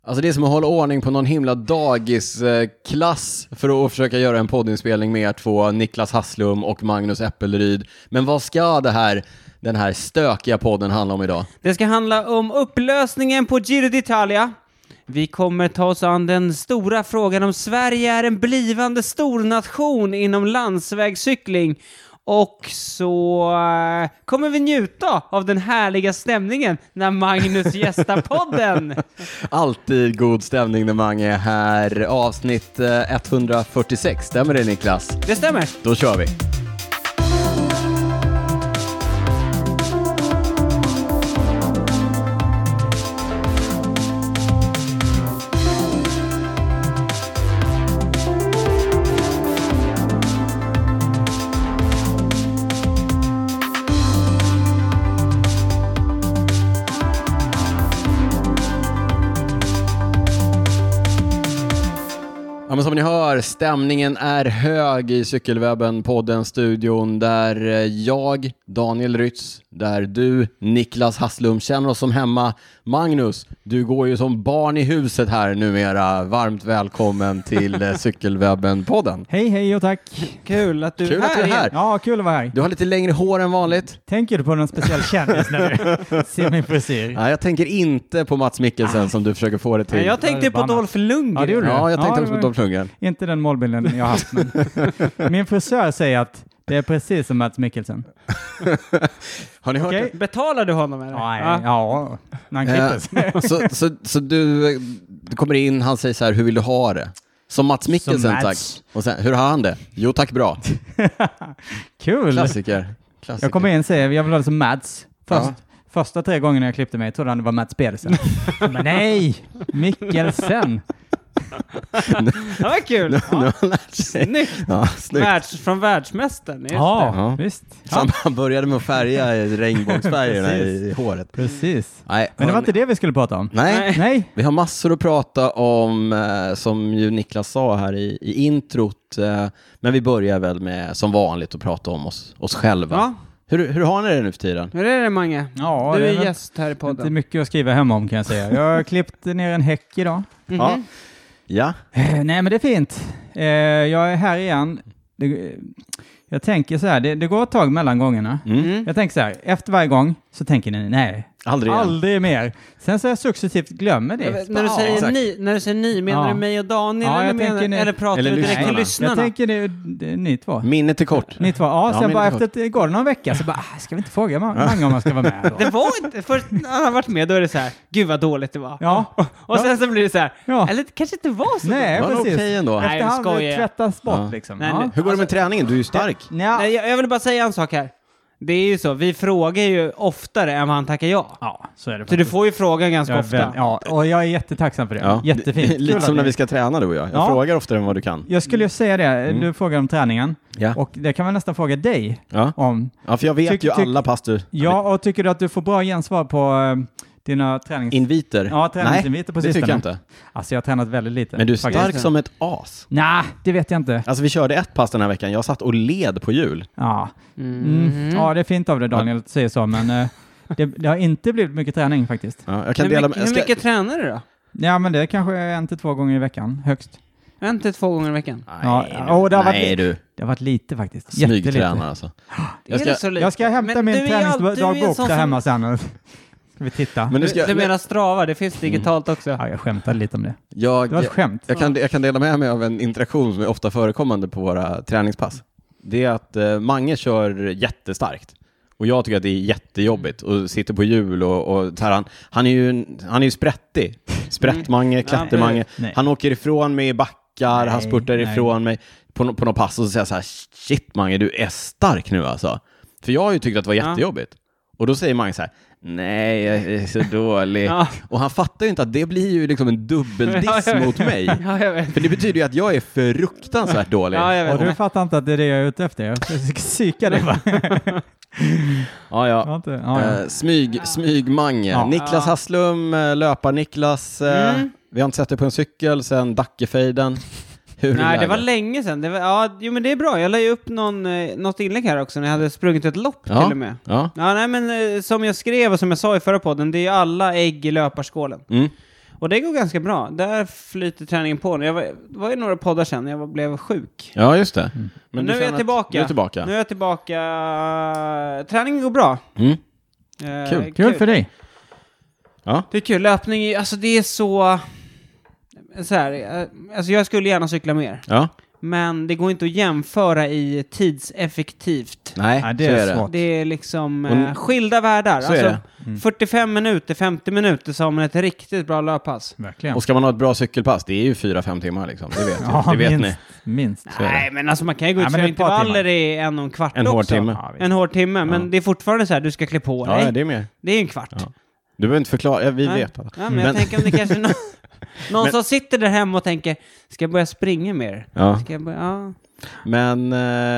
Alltså det är som att hålla ordning på någon himla dagisklass för att försöka göra en poddinspelning med två Niklas Hasslum och Magnus Äppelryd. Men vad ska den här stökiga podden handla om idag? Det ska handla om upplösningen på Giro d'Italia. Vi kommer ta oss an den stora frågan om Sverige är en blivande stornation inom landsvägscykling. Och så kommer vi njuta av den härliga stämningen när Magnus gästar podden. Alltid god stämning när Mange är här. Avsnitt 146, stämmer det Niklas? Det stämmer. Då kör vi. Ja, men som ni hör, stämningen är hög i Cykelwebben, podden, studion, där jag, Daniel Rytz, där du, Niklas Hasslum, känner oss som hemma. Magnus, du går ju som barn i huset här numera. Varmt välkommen till Cykelwebben-podden. Hej och tack. Kul att du Kul att du är här. Ja, kul att vara här. Du har lite längre hår än vanligt. Tänker du på någon speciell kändis när du ser min frisyr? Nej, jag tänker inte på Mats Mikkelsen som du försöker få det till. Nej, jag tänkte på Dolph Lundgren. Ja, det gjorde du. Ja, jag tänkte också på Dolph Lundgren. Inte den målbilden jag har haft. Men min frisör säger att det är precis som Mats Mikkelsen. Har ni hört det? Betalar du honom eller? Ja, när han klippes. Så du kommer in, han säger så här, hur vill du ha det? Som Mats Mikkelsen, tack. Och sen, hur har han det? Jo, tack, bra. Kul. Klassiker. Jag kommer in och säger, jag vill ha det som Mats. Första 3 gångerna jag klippte mig trodde han det var Mats Pedersen. Men nej, Mikkelsen. Det var kul. Nu har han lärt sig. Snyggt. Ja, snyggt. Från världsmästaren. Ja, visst. Så han började med att färga regnbågsfärgerna i håret. Precis. Nej, Men det var inte det vi skulle prata om. Nej. Vi har massor att prata om, som ju Niklas sa här i introt. Men vi börjar väl med, som vanligt, att prata om oss själva. Ja. Hur har ni det nu för tiden? Hur är det, Mange? Ja, du det är gäst här i podden. Inte mycket att skriva hem om, kan jag säga. Jag har klippt ner en häck idag. Mm-hmm. Ja. Nej, men det är fint. Jag är här igen. Jag tänker så här, det går ett tag mellan gångerna. Jag tänker så här, efter varje gång så tänker ni, nej, aldrig mer. Sen så jag successivt glömmer det. När du säger ni, menar du mig och Daniel eller pratar du direkt till lyssnarna? Jag tänker det är ni två. Minnet är kort. Ni två, sen bara efter det går någon vecka så bara, ska vi inte fråga Mange om man ska vara med då? Det var inte, först när han har varit med då är det så här, gud vad dåligt det var. Ja. Och sen så blir det så här, eller det kanske inte var så. Nej, precis. Okej ändå. Efterhand tvättas bort liksom. Nej, hur går det med träningen? Du är ju stark. Nej, jag vill bara säga en sak här. Det är ju så, vi frågar ju oftare än vad han tackar ja. Ja, så är det. Så du får ju frågan ganska ofta. Ja, och jag är jättetacksam för det. Ja. Jättefint. Lite som när vi ska träna, du och jag. Jag frågar oftare än vad du kan. Jag skulle ju säga det. Du frågar om träningen. Ja. Och det kan man nästan fråga dig om. Ja, för jag vet ju alla pass du... Ja, och tycker du att du får bra gensvar på dina inviter? Ja, träningsinviter på sistone. Det tycker jag inte. Alltså jag har tränat väldigt lite. Men du är stark som ett as. Nej, det vet jag inte. Alltså vi körde ett pass den här veckan. Jag satt och led på hjul. Ja. Ja, det är fint av dig, Daniel, att säga så. Men det har inte blivit mycket träning faktiskt. Ja, jag kan hur mycket tränar du då? Ja, men det är kanske 1-2 gånger i veckan, högst. 1-2 gånger i veckan? Det har varit lite faktiskt. Smygtränar alltså. Jag ska hämta min träningsdagbok där hemma sen. Ska vi titta? Men du menar Strava, det finns digitalt också. Ja, jag skämtade lite om det. Det var ett skämt. Jag kan dela med mig av en interaktion som är ofta förekommande på våra träningspass. Det är att Mange kör jättestarkt. Och jag tycker att det är jättejobbigt och sitter på hjul och han är ju sprättig. Sprättmange, klättermange. Han åker ifrån mig i backar, han spurtar ifrån mig på något pass och så säger så här, shit Mange, du är stark nu alltså. För jag har ju tyckt att det var jättejobbigt. Och då säger Mange så här, nej, jag är så dålig. Och han fattar ju inte att det blir ju liksom en dubbeldiss mot mig. För det betyder ju att jag är fruktansvärt dålig. Och du fattar inte att det är det jag är ute efter. Jag försöker psyka dig va? Smygmange. Niklas Hasslum, löpar Niklas. Vi har inte sett det på en cykel sen Dackefejden. Nej, det var länge sedan. Men det är bra. Jag la ju upp något inlägg här också när jag hade sprungit ett lopp till och med. Men som jag skrev och som jag sa i förra podden, det är alla ägg i löparskålen. Och det går ganska bra. Där flyter träningen på. Det var ju några poddar sedan jag blev sjuk. Ja, just det. Men nu är jag tillbaka. Nu är jag tillbaka. Träningen går bra. Kul för dig. Ja. Det är kul. Löpning, alltså det är så här, alltså jag skulle gärna cykla mer. Ja. Men det går inte att jämföra i tidseffektivt. Nej, det är svårt. Det är liksom skilda världar. Så är det. 45 minuter, 50 minuter så har man ett riktigt bra löppass. Verkligen. Och ska man ha ett bra cykelpass, det är ju 4-5 timmar liksom. Det vet, det vet ni. Minst. Nej, men alltså man kan ju gå ut och köra intervaller i 1,25 en hård timme. En hård timme, men det är fortfarande så här, du ska klä på dig. Ja, det är mer. Det är en kvart. Ja. Du behöver inte förklara, vi vet. Ja, men jag tänker om det kanske är någon som sitter där hemma och tänker, ska jag börja springa mer? Ja. Ska jag börja, Men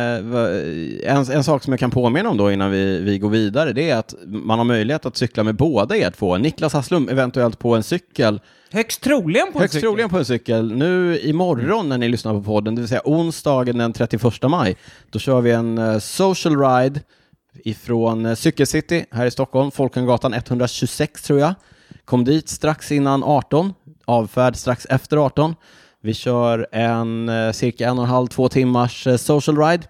en sak som jag kan påminna om då innan vi går vidare, det är att man har möjlighet att cykla med båda er två. Niklas Hasslum eventuellt på en cykel. Högst troligen på en cykel. Nu imorgon när ni lyssnar på podden, det vill säga onsdagen den 31 maj, då kör vi en social ride ifrån Cykelcity här i Stockholm, Folkungagatan 126 tror jag. Kom dit strax innan 18, avfärd strax efter 18. Vi kör en cirka 1,5-2 timmars social ride.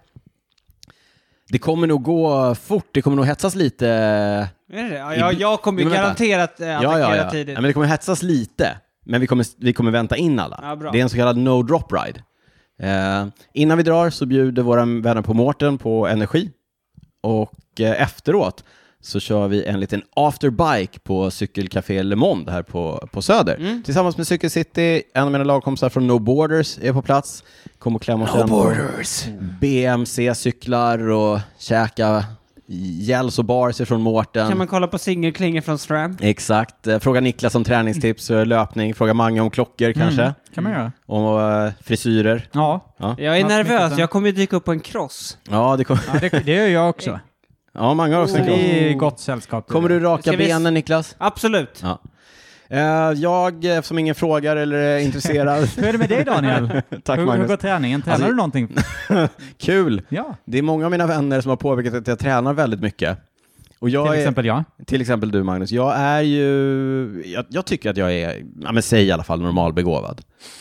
Det kommer nog gå fort, det kommer nog hetsas lite. Är det? Ja, jag kommer ju garanterat attackera tidigt. Ja, men det kommer hetsas lite, men vi kommer vänta in alla. Ja, bra. Det är en så kallad no-drop ride. Innan vi drar så bjuder våra vänner på Mårten på energi. Och efteråt så kör vi en liten afterbike på cykelcafé Le Monde här på Söder. Tillsammans med Cykelcity, en av mina lagkompisar från No Borders är på plats. Kommer klämma oss Borders. BMC-cyklar och käka gälls och bars från Mårten. Kan man kolla på singelklingor från SRAM? Exakt. Fråga Niklas om träningstips och löpning. Fråga Mange om klockor kanske. Kan man göra. Om frisyrer. Ja. Jag är nervös. Jag kommer ju dyka upp på en cross. Ja, det gör jag också. Ja, Mange har också en cross. Det är gott sällskap. Kommer du raka benen, Niklas? Absolut. Ja. Jag, som ingen frågar eller är intresserad... Hur är det med dig, Daniel? Tack, Hur Magnus. går träningen? Tränar du någonting? Kul! Ja. Det är många av mina vänner som har påpekat att jag tränar väldigt mycket. Och till exempel du, Magnus. Jag är ju... Jag tycker att jag är, men säg i alla fall, normalbegåvad.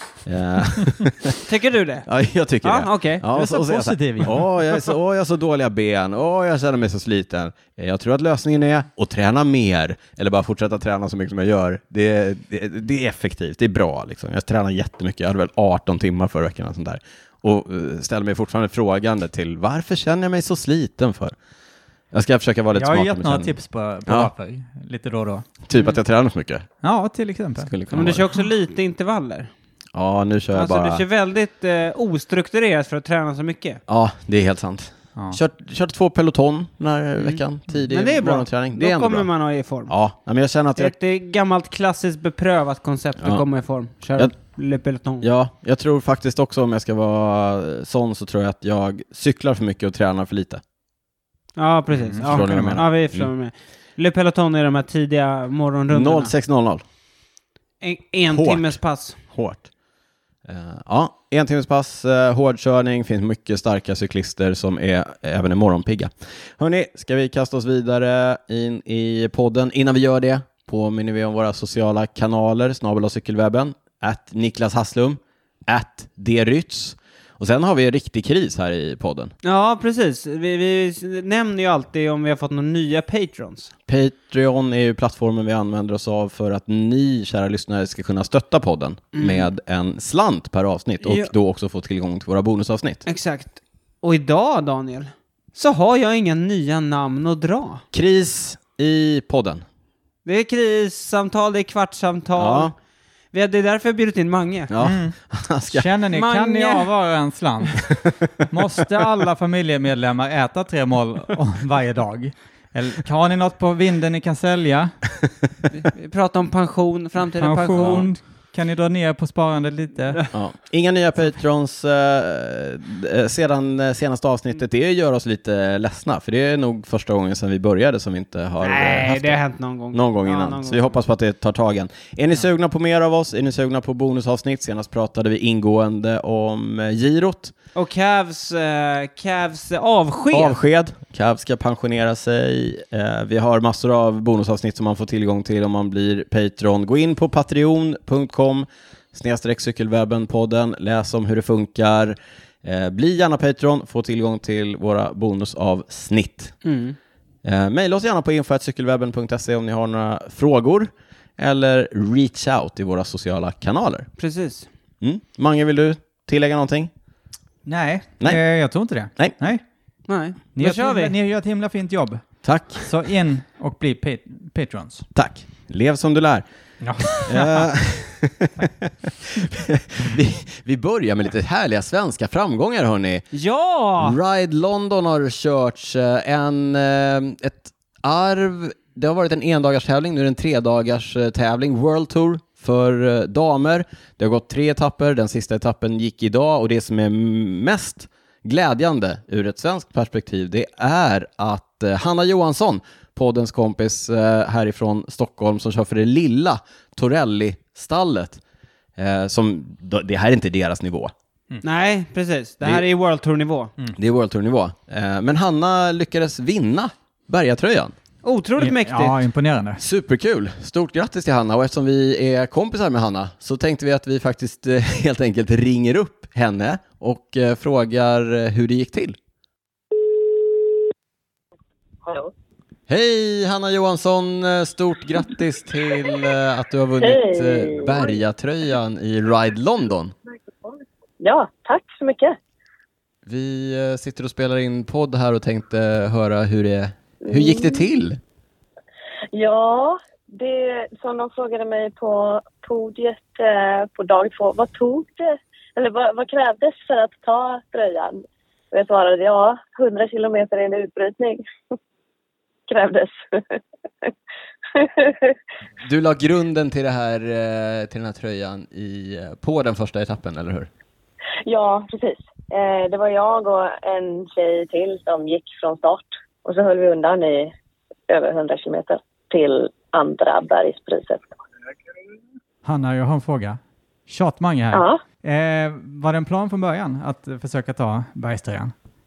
Tycker du det? Ja, jag tycker det. Okay. Ja, du är så positiv. Jag har så dåliga ben. Jag känner mig så sliten. Jag tror att lösningen är att träna mer. Eller bara fortsätta träna så mycket som jag gör. Det är effektivt. Det är bra. Liksom. Jag tränar jättemycket. Jag hade väl 18 timmar förra veckan. Och sånt där. Och ställer mig fortfarande frågande till varför känner jag mig så sliten för? Jag ska försöka vara lite smart. Jag har gett några tips på varför. Lite då. Typ att jag tränar så mycket. Ja, till exempel. Men du kör också lite intervaller. Ja, nu kör jag bara... Du kör väldigt ostrukturerat för att träna så mycket. Ja, det är helt sant. Ja. Kört 2 peloton den här veckan. Tidig men det är bra. Morgonträning. Då kommer man att i form. Ja, men jag känner att det är ett gammalt klassiskt beprövat koncept att komma i form. Kör peloton. Ja, jag tror faktiskt också om jag ska vara sån så tror jag att jag cyklar för mycket och tränar för lite. Ja, precis. Vi förstår med. Le Peloton är de här tidiga morgonrundorna. 06.00. En timmes pass. Hårt. 1 timmes pass, hårdkörning, finns mycket starka cyklister som är även är morgonpigga. Hörrni, ska vi kasta oss vidare in i podden? Innan vi gör det påminner vi om våra sociala kanaler, @cykelwebben, @Niklas Hasslum, @drytz. Och sen har vi en riktig kris här i podden. Ja, precis. Vi nämner ju alltid om vi har fått några nya patrons. Patreon är ju plattformen vi använder oss av för att ni, kära lyssnare, ska kunna stötta podden med en slant per avsnitt och då också få tillgång till våra bonusavsnitt. Exakt. Och idag, Daniel, så har jag inga nya namn att dra. Kris i podden. Det är krissamtal, det är kvartssamtal. Ja. Det är därför jag bjudit in Mange. Ja. Känner ni, Mange. kan ni avvara en slant? Måste alla familjemedlemmar äta 3 mål varje dag? Eller har ni något på vinden ni kan sälja? Vi pratar om pension, framtida pension. Kan ni dra ner på sparandet lite? Ja. Inga nya patrons sedan senaste avsnittet. Det gör oss lite ledsna. För det är nog första gången sedan vi började som vi inte har haft det har hänt någon gång. Någon gång innan. Någon så vi hoppas på att det tar tagen. Är ni sugna på mer av oss? Är ni sugna på bonusavsnitt? Senast pratade vi ingående om girot. Och Cavs avsked. Cav ska pensionera sig. Vi har massor av bonusavsnitt som man får tillgång till om man blir Patreon. Gå in på patreon.com/cykelwebben-podden. Läs om hur det funkar. Bli gärna Patreon. Få tillgång till våra bonusavsnitt. Maila oss gärna på info@cykelwebben.se om ni har några frågor. Eller reach out i våra sociala kanaler. Precis. Mange, vill du tillägga någonting? Nej. Jag tror inte det. Nej. Ni gör ett himla fint jobb. Tack. Så in och bli patrons. Tack. Lev som du lär. Ja. Vi börjar med lite härliga svenska framgångar, hörni. Ja! Ride London har kört ett arv. Det har varit en endagars tävling. Nu är det en 3-dagars tävling. World Tour för damer. Det har gått 3 etapper. Den sista etappen gick idag. Och det som är mest glädjande ur ett svenskt perspektiv, det är att Hanna Johansson, poddens kompis härifrån Stockholm, som kör för det lilla Torelli-stallet, det här är inte deras nivå. Nej, precis. Det här är World Tour-nivå. Det är World Tour-nivå. Men Hanna lyckades vinna bergatröjan. Otroligt mäktigt. Ja, imponerande. Superkul. Stort grattis till Hanna. Och eftersom vi är kompisar med Hanna så tänkte vi att vi faktiskt helt enkelt ringer upp henne och frågar hur det gick till. Hallå. Hej Hanna Johansson, stort grattis till att du har vunnit bergatröjan i Ride London. Ja, tack så mycket. Vi sitter och spelar in podd här och tänkte höra hur gick det till? Ja, det som de frågade mig på podiet på dag 2. Vad tog det? Eller vad krävdes för att ta tröjan? Och jag svarade 100 kilometer i en utbrytning krävdes. Du la grunden till den här tröjan på den första etappen, eller hur? Ja, precis. Det var jag och en tjej till som gick från start. Och så höll vi undan i över 100 kilometer till andra bergspriset. Hanna, jag har en fråga. Tjatmange här. Ja. Var det en plan från början att försöka ta bergströjan?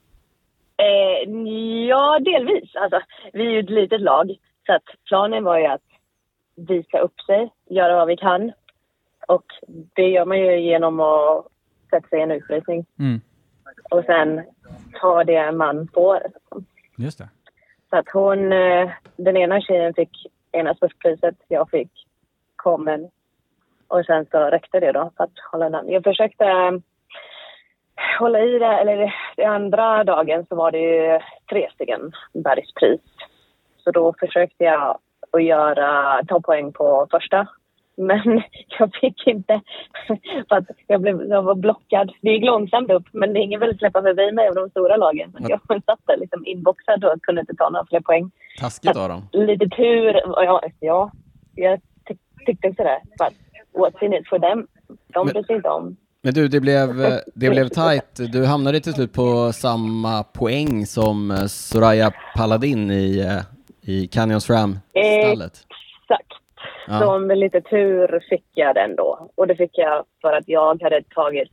Ja, delvis. Alltså, vi är ju ett litet lag. Så att planen var ju att visa upp sig, göra vad vi kan. Och det gör man ju genom att sätta sig i en utbrytning. Och sen ta det man får. Just det. Så att den ena tjejen fick ena spurtpriset, jag fick kommen. Och sen så räckte det då för att hålla den. Jag försökte hålla i det, eller den andra dagen så var det ju 3 stycken bergspris. Så då försökte jag att ta poäng på första. Men jag fick inte, för att jag var blockad. Det gick långsamt upp, men ingen ville släppa förbi mig av de stora lagen. Jag satt där liksom inboxad och kunde inte ta några fler poäng. Taskigt av dem. Lite tur, ja jag tyckte också det. But what's in it for them? De bryr sig inte om. Men du, det blev tajt. Du hamnade till slut på samma poäng som Soraya Paladin i Canyon SRAM-stallet. Exakt. Ja. Så med lite tur fick jag den då. Och det fick jag för att jag hade tagit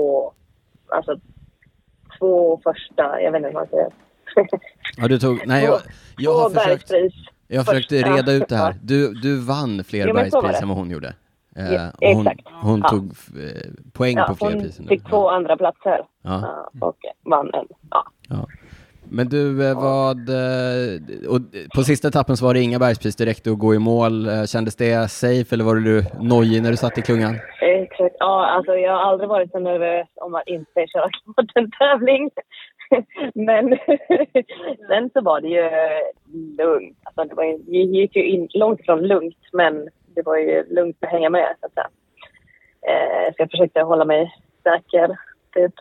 två första, jag vet inte vad man säger. Ja, du tog, nej, jag har försökt reda ut det här. Du vann fler bergspris än vad hon gjorde. Hon tog poäng på fler priser. Hon fick 2 andra platser och vann en. Ja. Men du, och på sista etappen så var det inga bergspris direkt att gå i mål. Kändes det safe eller var du nojig när du satt i klungan? Exakt. Ja, alltså jag har aldrig varit så nervös om att inte köra klart en tävling. Men sen så var det ju lugnt. Alltså det gick ju in långt ifrån lugnt, men det var ju lugnt att hänga med. Så att säga. Så jag försökte hålla mig säker typ.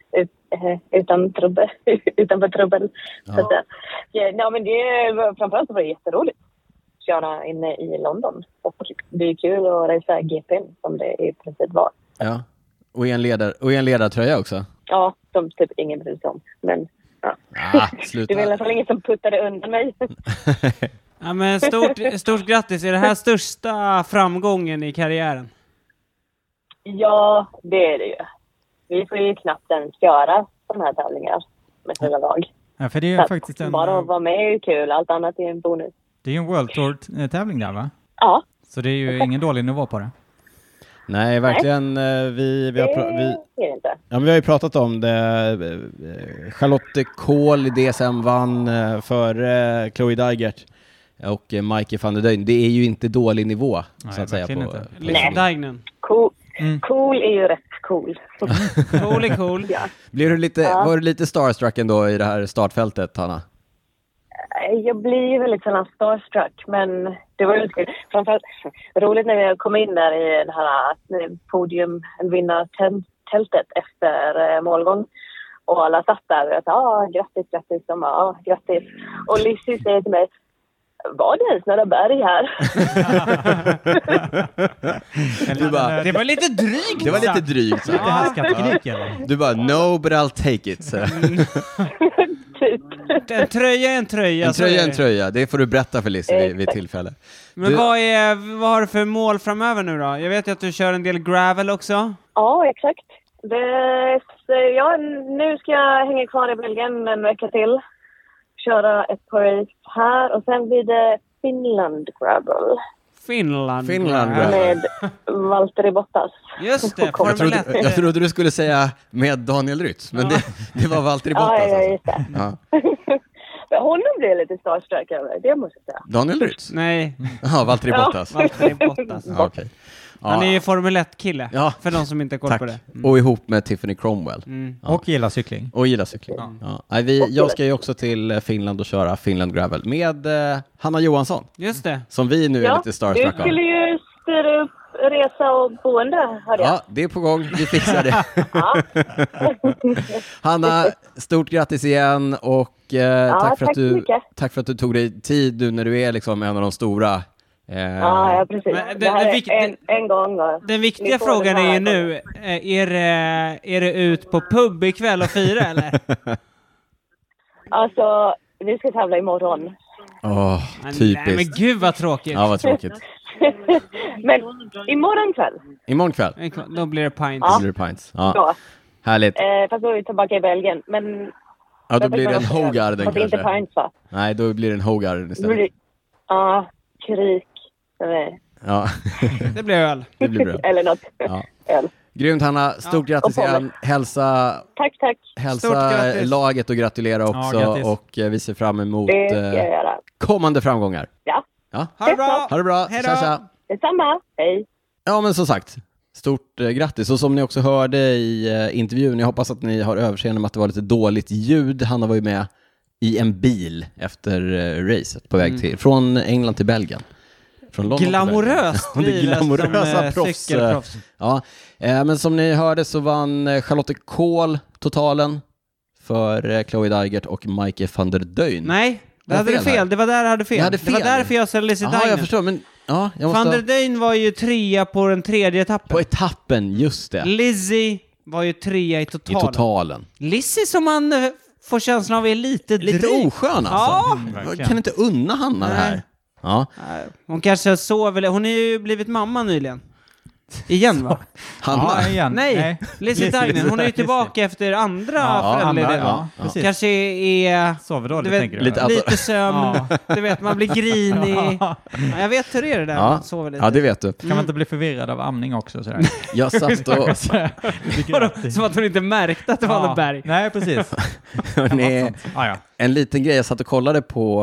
Utanför trubbel. Ja. Men framförallt var det jätteroligt att köra inne i London. Och det är kul att resa GP som det i princip var. Ja, och i en ledartröja också. Ja, som typ ingen bryr sig om. Men ja. Sluta. Det var i alla fall ingen som puttade undan mig. Ja, men stort grattis. Är det här största framgången i karriären? Ja, det är det ju. Vi får ju knappt ens köra sådana här tävlingar med hela lag. Ja, för det är faktiskt bara att vara med är ju kul, allt annat är en bonus. Det är ju en World Tour-tävling där, va? Ja. Så det är ju ingen dålig nivå på det. Nej, verkligen. Vi har ju pratat om det. Charlotte Kohl i DSM vann för Chloe Dygert och Mikey van der Döyn. Det är ju inte dålig nivå. Nej, så att säga. Nej. Cool är ju rätt cool. Cool är cool. Ja. Var du lite starstruck ändå i det här startfältet, Hanna? Jag blir ju väldigt sällan starstruck, men det var ju kul. Framförallt roligt när jag kom in där i det här podiumvinnartältet efter målgång. Och alla satt där och jag sa, grattis. De bara, grattis. Och Lizzie säger till mig, var det ens några berg här? Det var lite drygt. Det var lite drygt. Lite härskarteknik, eller? Du bara, no, but I'll take it. Typ. En tröja är en tröja. En tröja är en tröja. Det får du berätta för Lizzie vid tillfälle. Men vad har du för mål framöver nu då? Jag vet ju att du kör en del gravel också. Ja, exakt. Nu ska jag hänga kvar i Belgien en vecka till. Köra ett par race här och sen blir det Finland gravel. Finland gravel. Med Valtteri Bottas. Just det, Formel 1. Jag trodde du skulle säga med Daniel Rytz, men det var Valtteri Bottas. Ja, just det. Ja. Honom blir lite starstruck över, det måste jag säga. Daniel Rytz? Nej. Ja, Valtteri Bottas. Valtteri Bottas. Ja, okay. Han är ju Formel 1-kille, för de som inte har koll på det. Och ihop med Tiffany Cromwell. Ja. Och gillar cykling. Ja. Jag ska ju också till Finland och köra Finland Gravel med Hanna Johansson. Just det. Som vi nu är lite starstruck av. Du skulle ju styra upp resa och boende, hörde jag. Ja, det är på gång. Vi fixar det. Hanna, stort grattis igen och tack för att du tog dig tid nu när du är liksom en av de stora. Ja, precis. Det här är en gång. Den viktiga frågan är ju nu, är det ut på pub ikväll och fira eller? Alltså, vi ska tävla imorgon. Typiskt. Nej, men gud vad tråkigt. Ja, vad tråkigt. Men imorgon kväll. Då blir det pints. Ja. Då blir det pints. Ja. Härligt. Fast då är vi tillbaka i Belgien. Men då blir det en Hogarden kanske. Inte pints, va? Nej, då blir det en Hogarden istället. Krik. Ja. Det blir öl. Det blir bra. Eller något. Ja. Öl. Grymt, Hanna. Stort grattis igen. Hälsa laget och gratulera också. Och vi ser fram emot kommande framgångar. Ja. Ha det bra. Hej då. Tja. Detsamma. Hej. Ja, men som sagt. Stort grattis. Och som ni också hörde i intervjun, jag hoppas att ni har överseende med att det var lite dåligt ljud. Hanna var ju med i en bil efter racet på väg från England till Belgien. Glamoröst glamorösa proffs. Ja, men som ni hörde så vann Charlotte Kohl totalen för Chloe Dygert och Mikey van der Döyn. Nej, det hade du fel. Det var där jag hade fel. Det var därför jag sa Lizzie Deignan. Jag förstår, men van der Döyn var ju 3 på den 3:e etappen. På etappen, just det. Lizzie var ju 3 i totalen. Lizzie som man får känslan av är lite oskön alltså. Ja, kan inte unna Hanna det här. Ja. Hon kanske sover. Hon är ju blivit mamma nyligen. Igen, va? Hanna? Igen. Nej, Lizzie Deignan. Hon är ju tillbaka efter andra föräldraledighet. Kanske är lite sömn. Du vet, man blir grinig. Jag vet hur det är det där. Sover lite. Ja, det vet du. Kan man inte bli förvirrad av amning också? Sådär? Jag satt och... Som att hon inte märkte att det var något berg. Nej, precis. En liten grej, jag satt och kollade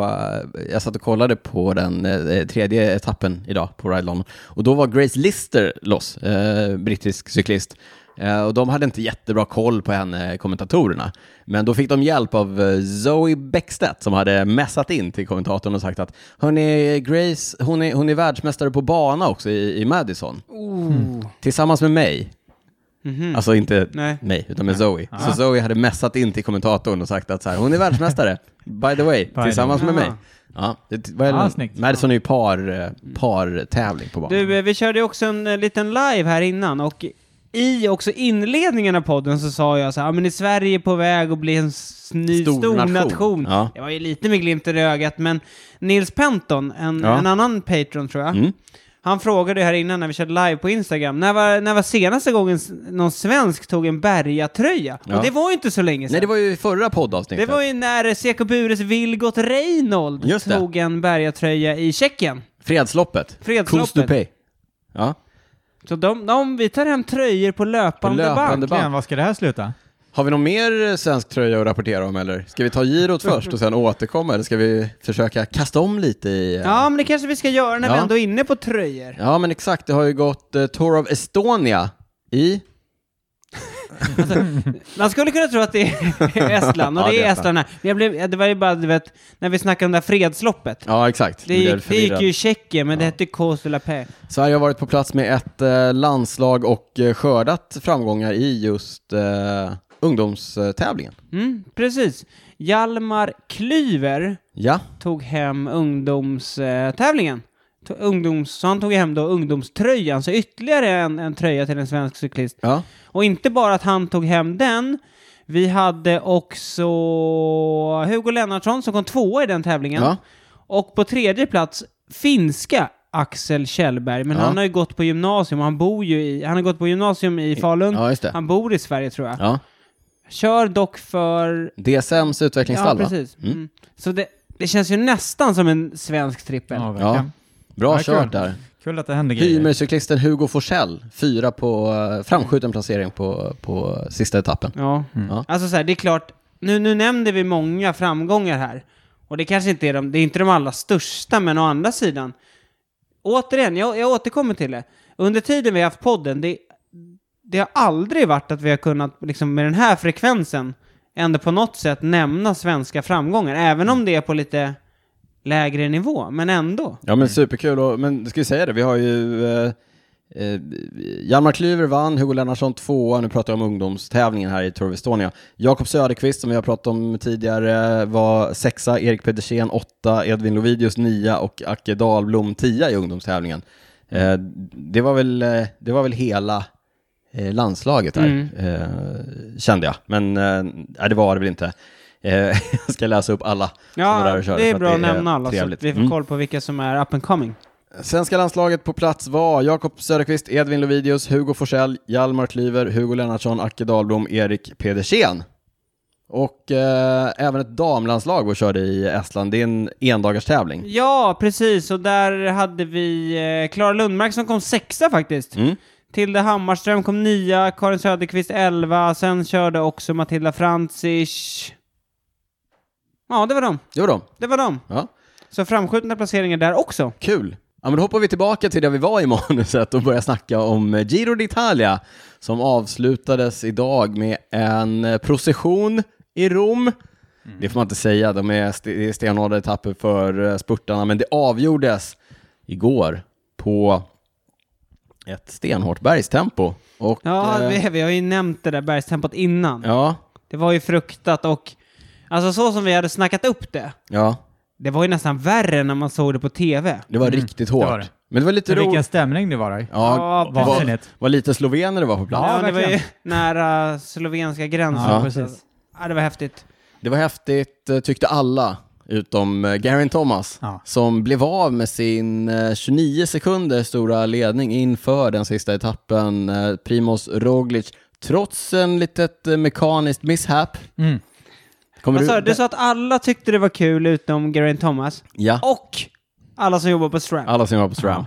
på den 3:e etappen idag på Ride London. Och då var Grace Lister loss, brittisk cyklist. Och de hade inte jättebra koll på henne, kommentatorerna. Men då fick de hjälp av Zoe Bäckstedt som hade messat in till kommentatorn och sagt att hörni, Grace, hon är världsmästare på bana också i Madison. Tillsammans med mig. Mm-hmm. Alltså inte mig, utan med Zoe. Så Zoe hade messat in till kommentatorn och sagt att så här, hon är världsmästare, by the way, tillsammans med mig. Ja, Madison är ju par-tävling på banan. Du, vi körde också en liten live här innan och i också inledningen av podden så sa jag så här, men i Sverige på väg att bli en ny stor nation. Ja. Det var ju lite med glimt i ögat, men Nils Penton, en annan patron tror jag, Han frågade här innan när vi körde live på Instagram. När var senaste gången någon svensk tog en Berga-tröja? Ja. Och det var ju inte så länge sedan. Nej, det var ju i förra poddavsnittet. Det var ju när CK Bures Vilgot Reinhold tog en Berga-tröja i Tjeckien. Fredsloppet. Fredsloppet. Ja. Så vi tar hem tröjor på löpande band. Vad ska det här sluta? Har vi någon mer svensk tröja att rapportera om, eller? Ska vi ta girot först och sen återkomma? Eller ska vi försöka kasta om lite i... Ja, men det kanske vi ska göra när vi ändå är inne på tröjor. Ja, men exakt. Det har ju gått Tour of Estonia i... Alltså, man skulle kunna tro att det är Estland, och det är Estland här. Det var ju bara, du vet, när vi snackade om det här fredsloppet. Ja, exakt. Det gick ju i Tjeckien, men det hette Course de la Paix. Sverige har varit på plats med ett landslag och skördat framgångar i just ungdomstävlingen. Precis. Hjalmar Klyver tog hem ungdomstävlingen. Så han tog hem då ungdomströjan, så ytterligare en tröja till en svensk cyklist. Ja. Och inte bara att han tog hem den, vi hade också Hugo Lennartsson som kom 2 i den tävlingen. Ja. Och på 3:e plats finska Axel Kjellberg, men han har ju gått på gymnasium, han har gått på gymnasium i Falun. Ja, just det. Han bor i Sverige, tror jag. Ja. Kör dock för DSMs utvecklingsstall. Ja, precis. Så det känns ju nästan som en svensk trippel. Ja. Bra kört där. Kul att det händer grejer. Hymercyklisten Hugo Forsell, 4 på framskjuten placering på sista etappen. Ja. Alltså så här, det är klart, nu nämnde vi många framgångar här. Och det kanske inte är det är inte de allra största, men å andra sidan. Återigen, jag återkommer till det. Under tiden vi har haft podden, det har aldrig varit att vi har kunnat liksom, med den här frekvensen ändå på något sätt nämna svenska framgångar. Även om det är på lite lägre nivå, men ändå. Ja, men superkul. Men ska vi säga det, vi har ju Hjalmar Klyver vann, Hugo Lennartsson 2. Nu pratar jag om ungdomstävlingen här i Tour of Estonia. Jakob Söderqvist, som vi har pratat om tidigare, var 6, Erik Pedersen 8, Edvin Lovidius 9 och Acke Dahlblom 10 i ungdomstävlingen. Det var väl hela landslaget där, kände jag. Men det var det väl inte. Jag ska läsa upp alla som var där och körde. Det är bra att nämna alla, så att vi får koll på vilka som är up and coming. Svenska landslaget på plats var Jakob Söderqvist, Edvin Lovidius, Hugo Forsell, Hjalmar Klyver, Hugo Lennartsson, Acke Dahlblom, Erik Pedersen. Och även ett damlandslag och körde i Estland. Det är en endagars-tävling. Ja, precis. Och där hade vi Klara Lundmark som kom 6 faktiskt. Tilde Hammarström kom 9, Karin Söderqvist 11. Sen körde också Matilda Francis. Ja, det var de. Ja. Så framskjutna placeringar där också. Kul. Ja, men då hoppar vi tillbaka till där vi var i manuset och börjar snacka om Giro d'Italia, som avslutades idag med en procession i Rom. Det får man inte säga, de är stenhårda etapper för spurtarna, men det avgjordes igår på ett stenhårt bergstempo. Och, vi har ju nämnt det där bergstempot innan. Ja. Det var ju fruktat, och alltså så som vi hade snackat upp det. Ja. Det var ju nästan värre när man såg det på tv. Det var riktigt hårt. Det var det. Men det var lite vilken stämning det var där. Ja, var lite slovener det var på plats. Ja, det var ju nära slovenska gränsen. Ja, precis. Ja, det var häftigt. Det var häftigt, tyckte alla, utom Geraint Thomas, som blev av med sin 29 sekunder stora ledning inför den sista etappen. Primoz Roglic, trots en litet mekaniskt mishap. Du sa att alla tyckte det var kul utom Geraint Thomas. Ja. Och alla som jobbar på SRAM.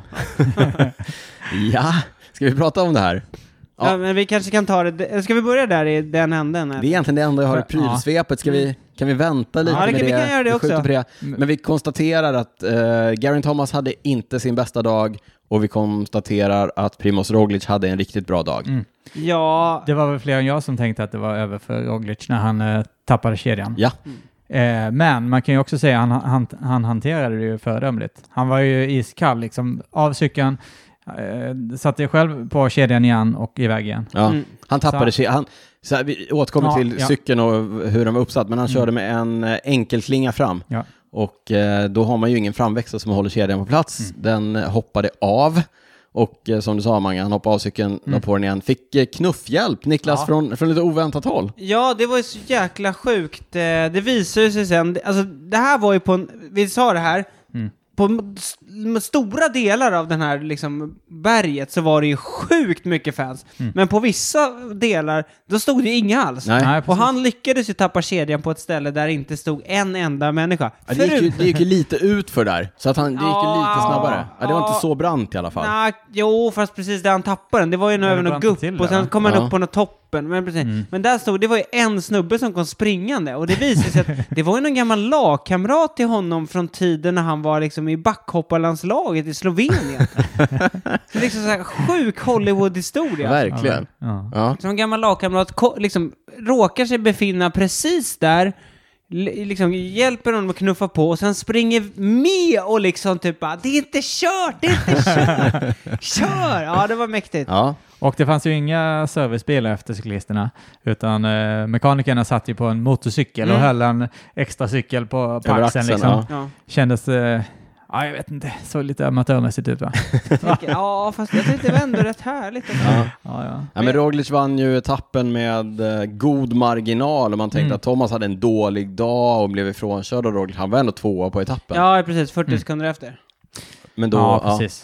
Ja, ska vi prata om det här? Ja, men vi kanske kan ta det. Ska vi börja där i den änden? Eller? Det är egentligen det enda jag har i prylsvepet. Kan vi vänta lite med det? Vi kan göra det också. Men vi konstaterar att Geraint Thomas hade inte sin bästa dag, och vi konstaterar att Primoz Roglic hade en riktigt bra dag. Ja. Det var väl fler än jag som tänkte att det var över för Roglic när han tappade kedjan. Ja. Men man kan ju också säga att han hanterade det ju föredömligt. Han var ju iskall liksom, av cykeln, satte själv på kedjan igen och iväg igen. Ja. Han tappade kedjan. Vi återkommer till cykeln och hur den var uppsatt, men han körde med en enkelklinga fram. Ja. Och då har man ju ingen framväxel som håller kedjan på plats. Den hoppade av. Och som du sa, Mange, han hoppade av cykeln, la på den igen. Fick knuffhjälp, Niklas, från lite oväntat håll. Ja, det var ju så jäkla sjukt. Det visade sig sen. Alltså, det här var ju vi sa det här. på stora delar av den här liksom berget så var det ju sjukt mycket fans. Men på vissa delar, då stod det inga alls. Nej, och han lyckades ju tappa kedjan på ett ställe där det inte stod en enda människa. Ja, det gick ju lite ut för där, så att det gick ju lite snabbare. Ja, det var inte så brant i alla fall. Jo, fast precis där han tappade den. Det var ju över något gupp och sen kom han upp på något toppen. Men där stod, det var ju en snubbe som kom springande och det visade sig att det var ju någon gammal lagkamrat till honom från tiden när han var liksom i backhopparlandslaget i Slovenien. Så liksom så här sjuk Hollywood-historia. Verkligen. Ja. Som en gammal lagkamrat liksom råkar sig befinna precis där, liksom hjälper honom att knuffa på och sen springer med och liksom typ bara, det är inte kört! Kör! Ja, det var mäktigt. Ja. Och det fanns ju inga servicebilar efter cyklisterna, utan mekanikerna satt ju på en motorcykel och höll en extra cykel på axeln liksom. Ja. Kändes, jag vet inte, så lite amatörmässigt ut, va? Ja, fast jag tyckte det var ändå rätt härligt. Ja, men Roglic vann ju etappen med god marginal och man tänkte att Thomas hade en dålig dag och blev ifrånkörd och Roglic, han var ändå 2 på etappen. Ja, precis, 40 sekunder efter. Men då, precis.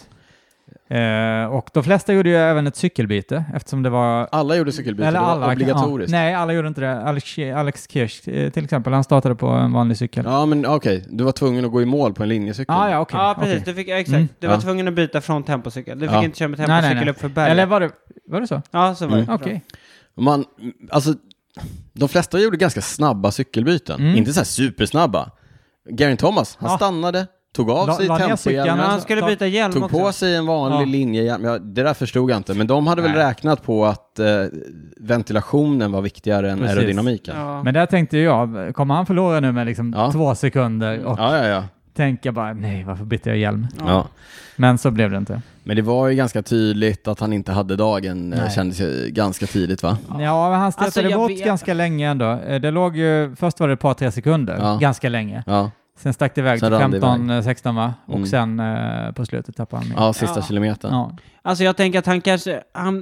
Och de flesta gjorde ju även ett cykelbyte eftersom det var... Alla gjorde cykelbyte, eller alla, obligatoriskt. Nej, alla gjorde inte det. Alex Kirch till exempel, han startade på en vanlig cykel. Ja, men okej. Du var tvungen att gå i mål på en linjecykel. Ja, precis. Du fick, exakt. Du var tvungen att byta från tempocykel. Du fick inte köra med tempocykel upp för berget. Eller var det så? Ja, så var det. Okej. Alltså, de flesta gjorde ganska snabba cykelbyten. Inte så här supersnabba. Geraint Thomas, han stannade, tog av sig tempohjälmen. Han skulle byta hjälm tog också. På sig en vanlig linjehjälm. Ja, det där förstod jag inte. Men de hade väl räknat på att ventilationen var viktigare än aerodynamiken. Ja. Men där tänkte jag, kommer han förlora nu med liksom 2 sekunder? Och tänka bara, nej, varför bytte jag hjälm? Ja. Men så blev det inte. Men det var ju ganska tydligt att han inte hade dagen. Kändes ju ganska tidigt, va? Ja, men han stöttade bort ganska länge ändå. Det låg ju, först var det ett par 3 sekunder. Ganska länge. Ja. Sen stack det iväg till 15-16, va? Och sen på slutet tappade han med. Ja, sista kilometern. Ja. Alltså jag tänker att han kanske...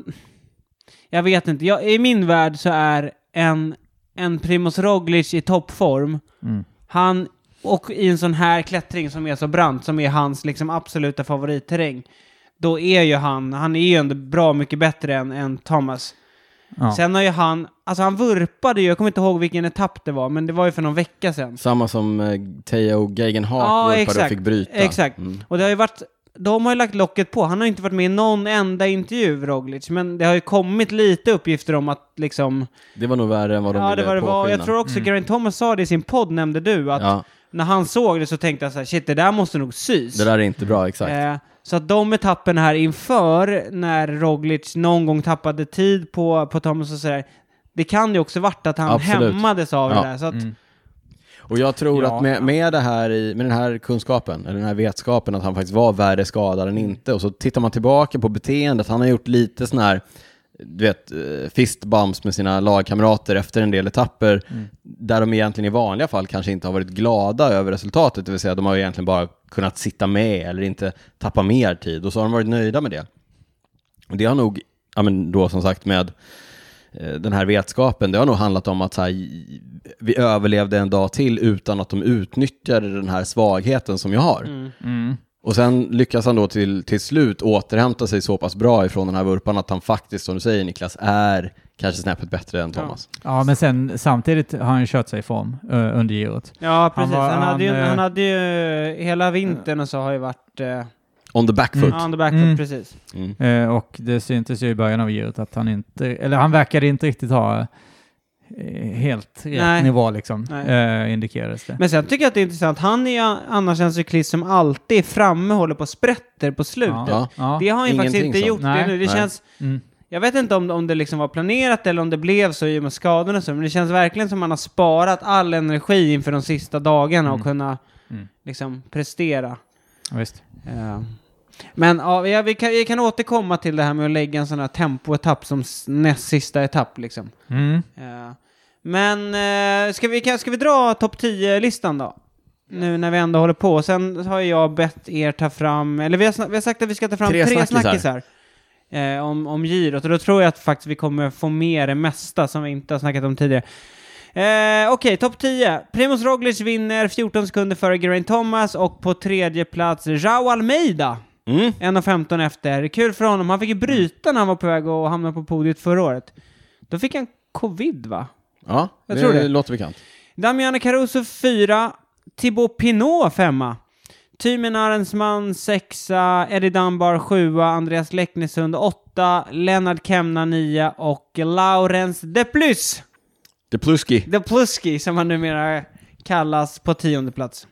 jag vet inte. I min värld så är en Primoz Roglic i toppform. Han... Och i en sån här klättring som är så brant, som är hans liksom absoluta favoritterräng, då är ju han är ju ändå bra mycket bättre än Thomas. Ja. Sen har ju han vurpade ju, jag kommer inte ihåg vilken etapp det var, men det var ju för någon vecka sedan. Samma som Theo Gegenhardt vurpade och fick bryta. Exakt. Och det har ju varit, de har ju lagt locket på. Han har inte varit med i någon enda intervju, Roglic, men det har ju kommit lite uppgifter om att liksom... Det var nog värre än vad de ville påskina. Jag tror också Geraint Thomas sa det i sin podd, nämnde du, att när han såg det så tänkte jag så här, shit, det där måste nog sys. Det där är inte bra, exakt. Så att de etapperna här inför, när Roglic någon gång tappade tid på Thomas och sådär, det kan ju också varit att han hämmades av det där. Så att, och jag tror att med det här med den här kunskapen, eller den här vetskapen att han faktiskt var värre skadad än inte, och så tittar man tillbaka på beteendet, han har gjort lite sån här, du vet, fistbumps med sina lagkamrater efter en del etapper där de egentligen i vanliga fall kanske inte har varit glada över resultatet, det vill säga de har egentligen bara kunnat sitta med eller inte tappa mer tid, och så har de varit nöjda med det. Och det har nog, då som sagt med den här vetskapen, det har nog handlat om att så här, vi överlevde en dag till utan att de utnyttjade den här svagheten som jag har. Och sen lyckas han då till slut återhämta sig så pass bra ifrån den här vurpan att han faktiskt, som du säger Niklas, är kanske snäppet bättre än Thomas. Ja, men sen samtidigt har han kört sig i form under girot. Ja, precis. Han hade ju hela vintern och så har ju varit... on the back foot. On the back foot, precis. Och det syntes ju i början av girot att han inte... Eller han verkade inte riktigt ha... helt rätt nivå liksom, indikerades det. Men sen tycker jag att det är intressant. Han är annars en cyklist som alltid är framme och håller på sprätter på slutet. Det har han ju faktiskt inte gjort det nu. Det känns... Jag vet inte om det liksom var planerat eller om det blev så i och med skadorna, men det känns verkligen som att man har sparat all energi inför de sista dagarna och kunna liksom prestera. Ja, visst. Men vi kan återkomma till det här med att lägga en sån här tempoetapp som näst sista etapp liksom. Men ska vi dra topp 10-listan då? Nu när vi ändå håller på. Sen har jag bett er ta fram, eller vi har sagt att vi ska ta fram 3 snackisar om girot, och då tror jag att faktiskt vi kommer få med det mesta som vi inte har snackat om tidigare. Okej, topp 10. Primoz Roglic vinner 14 sekunder före Geraint Thomas och på tredje plats João Almeida. 1.15 efter. Kul för honom. Han fick ju bryta när han var på väg att hamna på podiet förra året. Då fick han covid, va? Ja, jag tror det låter bekant. Damiano Caruso 4, Thibaut Pinot 5, Thymen Arensman 6, Eddie Dunbar 7, Andreas Leknesund 8, Lennart Kemna 9 och Laurens Depluski som han numera kallas på 10:e plats.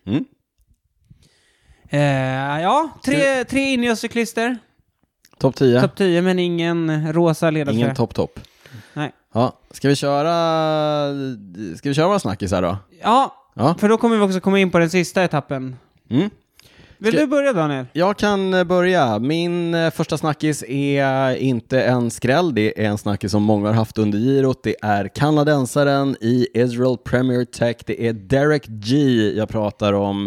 Tre Ineos-cyklister. Topp 10. Topp 10, men ingen rosa ledartröja. Ingen topp. Nej. Ja, ska vi köra våra snackis här då? Ja, för då kommer vi också komma in på den sista etappen. Vill du börja, Daniel? Jag kan börja. Min första snackis är inte en skräll. Det är en snackis som många har haft under girot. Det är kanadensaren i Israel Premier Tech. Det är Derek G. Jag pratar om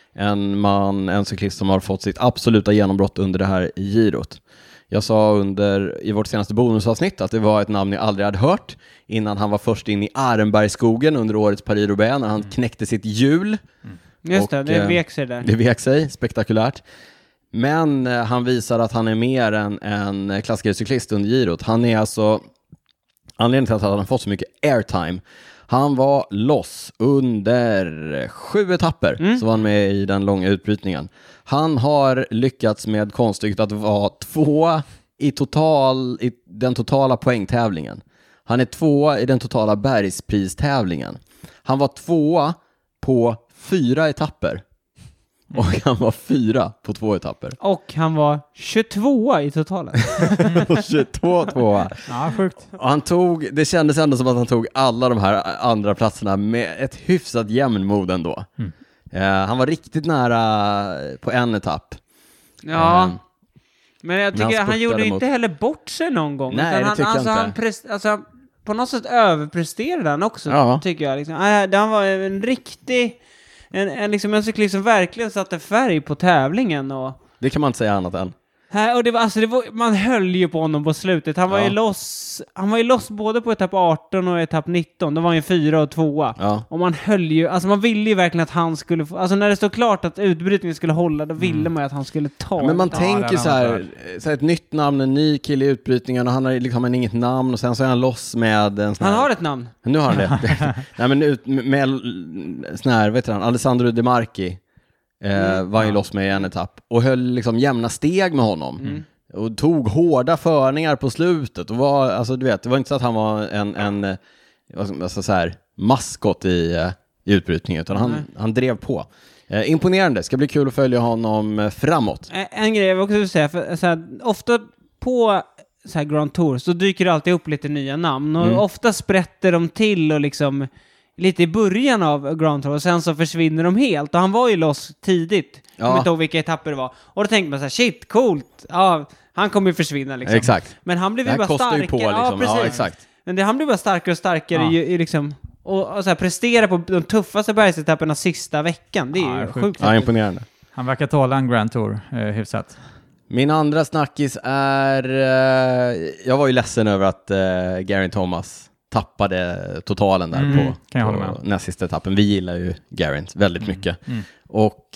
en cyklist som har fått sitt absoluta genombrott under det här girot. Jag sa i vårt senaste bonusavsnitt att det var ett namn jag aldrig hade hört innan han var först in i Arenbergsskogen under årets Paris-Roubaix när han knäckte sitt hjul. Just det vek sig där. Det vek sig, spektakulärt. Men han visar att han är mer än en klassisk cyklist under girot. Han är alltså anledningen till att han har fått så mycket airtime. Han var loss under 7 etapper, så var han med i den långa utbrytningen. Han har lyckats med konststycket att vara 2 i den totala poängtävlingen. Han är 2 i den totala bergspristävlingen. Han var 2 på 4 etapper. Och han var 4 på 2 etapper. Och han var 22 i totalen. 22 tvåa. Ja, sjukt. Och det kändes ändå som att han tog alla de här andra platserna med ett hyfsat jämnmod ändå. Han var riktigt nära på en etapp. Ja. Men jag tycker han gjorde inte heller bort sig någon gång. Nej, det tycker jag inte. Han på något sätt överpresterade han också, tycker jag. Liksom. Han var en riktig... En cyklist som verkligen satte färg på tävlingen. Och... Det kan man inte säga annat än. Och man höll ju på honom på slutet. Han var ju loss både på etapp 18 och etapp 19. Då var han ju 4 och 2. Ja. Och man höll ju, alltså man ville ju verkligen att han skulle få, alltså när det stod klart att utbrytningen skulle hålla, då ville man ju att han skulle ta. Men man tänker så här ett nytt namn, en ny kille i utbrytningen, och han har liksom inget namn, och sen så är han loss med en sån här... Han har ett namn. Nu har han det. Nej, men med sån här, vet du, Alessandro De Marchi. Var ju loss med i en etapp och höll liksom jämna steg med honom och tog hårda förningar på slutet och var, alltså du vet, det var inte så att han var en alltså så här maskot i utbrytningen, utan han drev på. Imponerande, ska bli kul att följa honom framåt. En grej jag vill också säga, för så här, ofta på så här Grand Tour så dyker det alltid upp lite nya namn och ofta sprätter de till och liksom lite i början av Grand Tour och sen så försvinner de helt, och han var ju loss tidigt. Jag kommer inte ihåg vilka etapper det var. Och då tänkte man så här, shit, coolt. Ja, han kommer ju försvinna liksom. Exakt. Men han blev ju bara starkare. Ju på, liksom. Ja, precis. Ja, exakt. Men han blev bara starkare och starkare i liksom, och så här, prestera på de tuffaste bergsetapperna sista veckan. Det är ju sjukt. Ja, imponerande. Han verkar tåla en Grand Tour hyfsat. Min andra snackis är... jag var ju ledsen över att Geraint Thomas tappade totalen där på näst sista etappen. Vi gillar ju Geraint väldigt mycket. Och,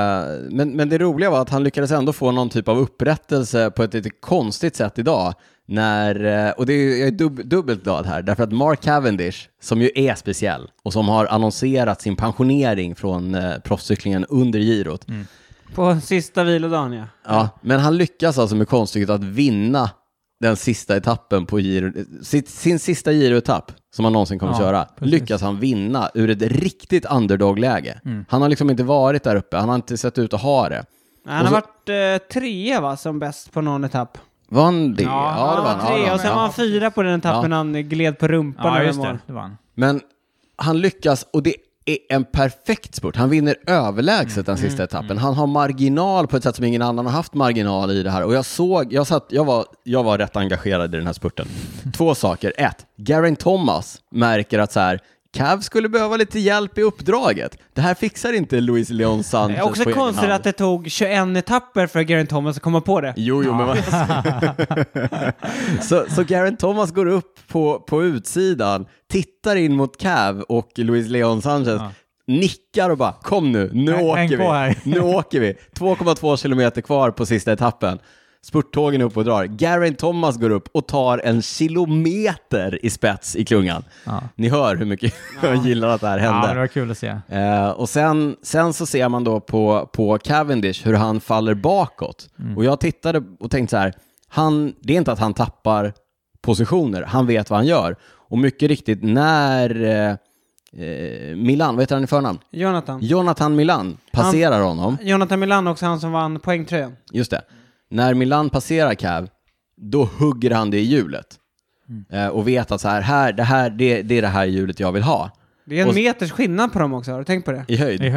men det roliga var att han lyckades ändå få någon typ av upprättelse på ett lite konstigt sätt idag. Och jag är dubbelt glad här, därför att Mark Cavendish, som ju är speciell och som har annonserat sin pensionering från proffscyklingen under girot. På sista vilodagen, ja. Men han lyckas alltså med konststycket att vinna den sista etappen på Giro, sin sista Giro-etapp som han någonsin kommer köra, precis. Lyckas han vinna ur ett riktigt underdog-läge. Han har liksom inte varit där uppe, han har inte sett ut att ha det. Han har varit 3 som bäst på någon etapp. Var han det? Ja, det var 3 och sen var han 4 på den etappen han gled på rumpan. Ja, just det var han. Men han lyckas, och det är en perfekt spurt. Han vinner överlägset den sista etappen. Han har marginal på ett sätt som ingen annan har haft marginal i det här. Och jag var rätt engagerad i den här spurten. 2 saker. 1. Geraint Thomas märker att så här, Cav skulle behöva lite hjälp i uppdraget. Det här fixar inte Luis Leon Sanchez. Det är också konstigt att det tog 21 etapper för Geraint Thomas att komma på det. Jo, men så Geraint Thomas går upp på utsidan, tittar in mot Cav och Luis Leon Sanchez, nickar och bara, kom nu åker vi. Nu åker vi. 2,2 kilometer kvar på sista etappen. Spurttågen upp och drar. Geraint Thomas går upp och tar 1 kilometer i spets i klungan. Ja. Ni hör hur mycket jag gillar att det här hände. Ja, det var kul att se. Och sen så ser man då på Cavendish hur han faller bakåt. Och jag tittade och tänkte så här, det är inte att han tappar positioner. Han vet vad han gör. Och mycket riktigt när Milan, vad heter han i förnamn? Jonathan Milan passerar honom. Jonathan Milan också, han som vann poängtröjan. Just det. När Milan passerar Cav, då hugger han det i hjulet. Och vet att det är det här hjulet jag vill ha. Det är en meters skillnad på dem också, har du tänkt på det? I höjd.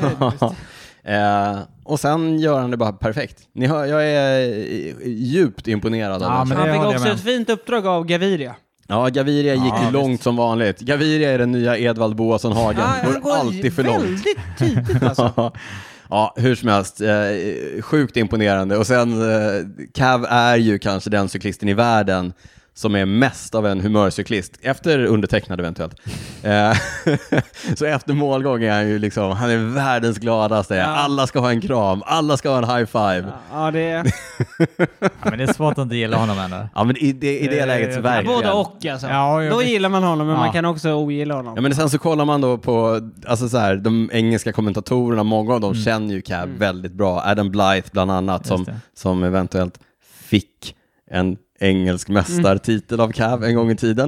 Och sen gör han det bara perfekt. Ni hör, jag är djupt imponerad av han fick också ett fint uppdrag av Gaviria. Ja, Gaviria gick långt som vanligt. Gaviria är den nya Edvald Boasson Hagen. Går alltid för långt. Väldigt tydligt alltså. Ja, hur som helst, sjukt imponerande. Och sen, Cav är ju kanske den cyklisten i världen som är mest av en humörcyklist. Efter undertecknad eventuellt. Så efter målgång är han ju liksom, han är världens gladaste. Ja. Alla ska ha en kram, alla ska ha en high five. Ja, det är... men det är svårt att inte gilla honom ändå. Ja, men i det läget så verkligen. Både och alltså. Ja, då gillar man honom, men man kan också ogilla honom. Ja, men sen så kollar man då på, alltså så här, de engelska kommentatorerna, många av dem känner ju Cav väldigt bra. Adam Blythe bland annat, som eventuellt fick en engelsk mästartitel av Cav en gång i tiden.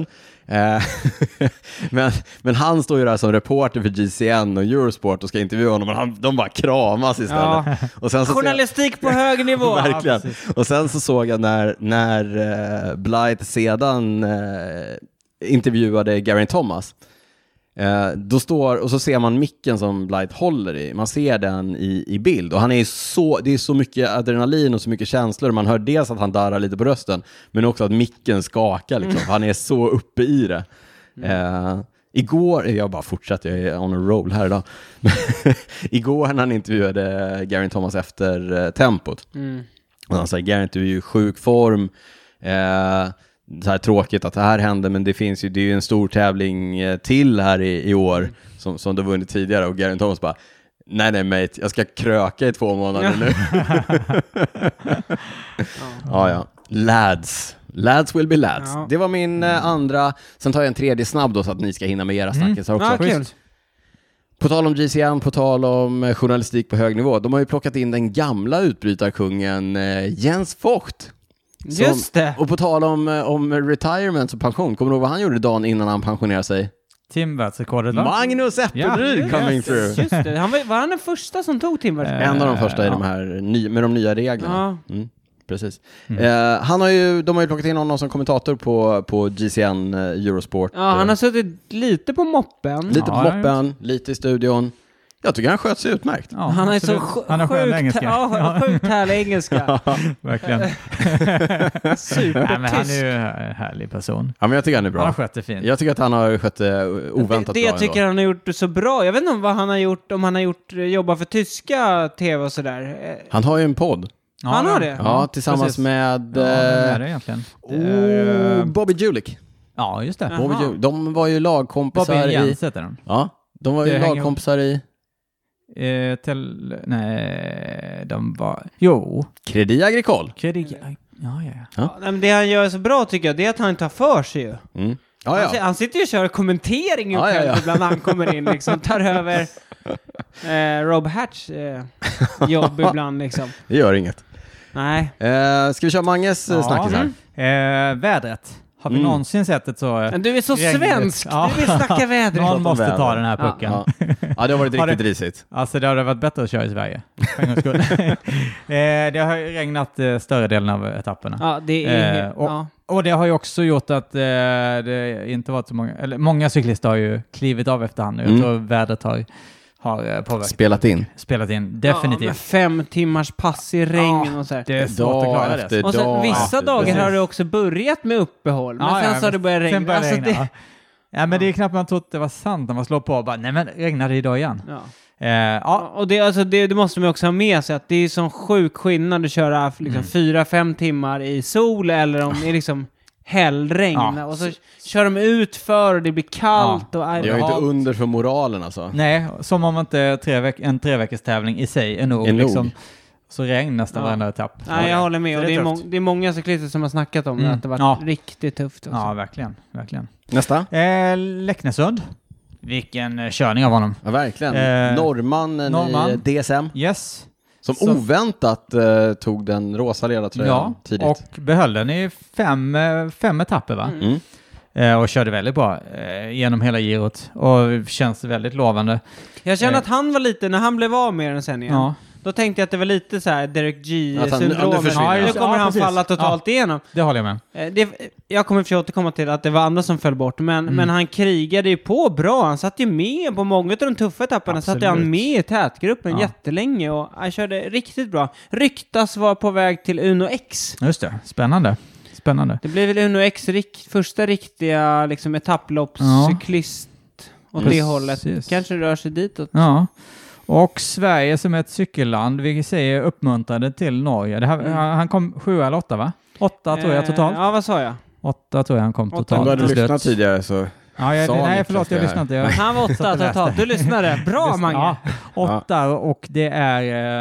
Men han står ju där som reporter för GCN och Eurosport och ska intervjua honom, och de bara kramas istället. Ja. Och sen så journalistik på hög nivå. Verkligen. Och sen så såg jag när Blythe sedan intervjuade Geraint Thomas. Då står, och så ser man micken som Blythe håller i. Man ser den i bild. Och det är så mycket adrenalin och så mycket känslor. Man hör dels att han darrar lite på rösten, men också att micken skakar liksom. Han är så uppe i det. Igår, jag bara fortsätter, jag är on a roll här idag. Igår när han intervjuade Geraint Thomas efter tempot. Och han sa, Geraint, du är ju i sjuk form. Så här tråkigt att det här händer, men det är ju en stor tävling till här i år som du vunnit tidigare. Och Geraint Thomas bara, nej mate, jag ska kröka i 2 månader nu. Ja. Lads will be lads. Ja. Det var min andra. Sen tar jag en tredje snabb då, så att ni ska hinna med era snackisar också. Ja, kul. På tal om GCN, på tal om journalistik på hög nivå, de har ju plockat in den gamla utbrytarkungen Jens Vogt. Just det. Och på tal om retirement och pension, kommer du ihåg vad han gjorde dagen innan han pensionerade sig? Timvärldsrekordet. Magnus Äppelryd coming through. Just det. Var han den första som tog timvärldsrekordet? En av de första i de här med de nya reglerna. Precis. De har ju plockat in honom som kommentator på GCN Eurosport. Ja, han har suttit lite på moppen. Lite i studion. Jag tycker han sköt sig utmärkt. Ja, han är så sjukt härlig engelska. Verkligen. Supertyst. Nej, men han är ju en härlig person. Ja, men jag tycker han är bra. Han har skött det fint. Jag tycker att han har skött det oväntat bra. Jag tycker han har gjort det så bra. Jag vet inte vad han har gjort, om han har jobbat för tyska tv och sådär. Han har ju en podd. Ja, han har det? Ja, tillsammans med... vem är det egentligen? Bobby Julik. Ja, just det. Bobby Julik. De var ju lagkompisar Bobby Jens heter de. Ja, de var ju lagkompisar i... Nej, de var... Jo. Crédit Agricole. Ja, men det han gör så bra tycker jag, det är att han tar för sig ju. Han sitter ju och kör kommentering ibland han kommer in liksom, tar över Rob Hatch jobb ibland liksom. Det gör inget. Nej. Ska vi köra Manges snackisar? Vädret. Har vi någonsin sett ett så... Du är så svensk. Du vill snacka vädret. Någon måste ta den här pucken. Ja, det har varit riktigt risigt. Alltså det har varit bättre att köra i Sverige. Det har regnat större delen av etapperna. Ja, det är... Och det har ju också gjort att det inte varit så många... Eller många cyklister har ju klivit av efterhand. Jag tror vädret har påverkat. Spelat in, definitivt. Ja, 5 timmars pass i regn och så här. Det är svårt att klara det. Och sen vissa dagar har det också börjat med uppehåll. Men sen så har det börjat regna. Ja, men det är knappt man tror att det var sant när man slår på och bara, nej men regnar det idag igen. Och det måste man också ha med sig, att det är sån sjuk skillnad att köra liksom 4-5 timmar i sol eller om det är liksom hällregn och så kör de ut för och det blir kallt. Och det är ju inte under för moralen alltså. Nej, som om inte en 3 veckors tävling i sig är nog. Liksom, så regn nästan varenda etapp. Nej, jag håller med. Och det är många cyklister som har snackat om att det var riktigt tufft. Också. Ja, verkligen. Nästa? Läcknesund. Vilken körning av honom. Ja, verkligen. Norrmannen i DSM. Yes. Som oväntat tog den rosa ledartröjan tidigt. Och behöll den i 5 etapper va? Och körde väldigt bra genom hela girot. Och känns väldigt lovande. Jag känner att han var lite, när han blev av med den sen igen. Ja. Då tänkte jag att det var lite så här Derek G-syndromet. Nu kommer han falla totalt igenom. Det håller jag med. Jag kommer för att återkomma till att det var andra som föll bort. Men han krigade ju på bra. Han satt ju med på många av de tuffa etapperna. Satt han med i tätgruppen jättelänge. Och han körde riktigt bra. Ryktas var på väg till Uno X. Just det, spännande. Det blev väl Uno X första riktiga liksom, etapploppscyklist åt det hållet. Kanske rör sig ditåt. Ja. Och Sverige som är ett cykelland, vi säger uppmuntrade till Norge. Han kom 7 eller 8 va? 8 tror jag totalt. Ja, vad sa jag? 8 tror jag han kom totalt. Du hade lyssnat tidigare så... Nej, förlåt, jag lyssnade inte. Han var 8 totalt. Du lyssnade. Bra, Mange. Ja, 8 och det är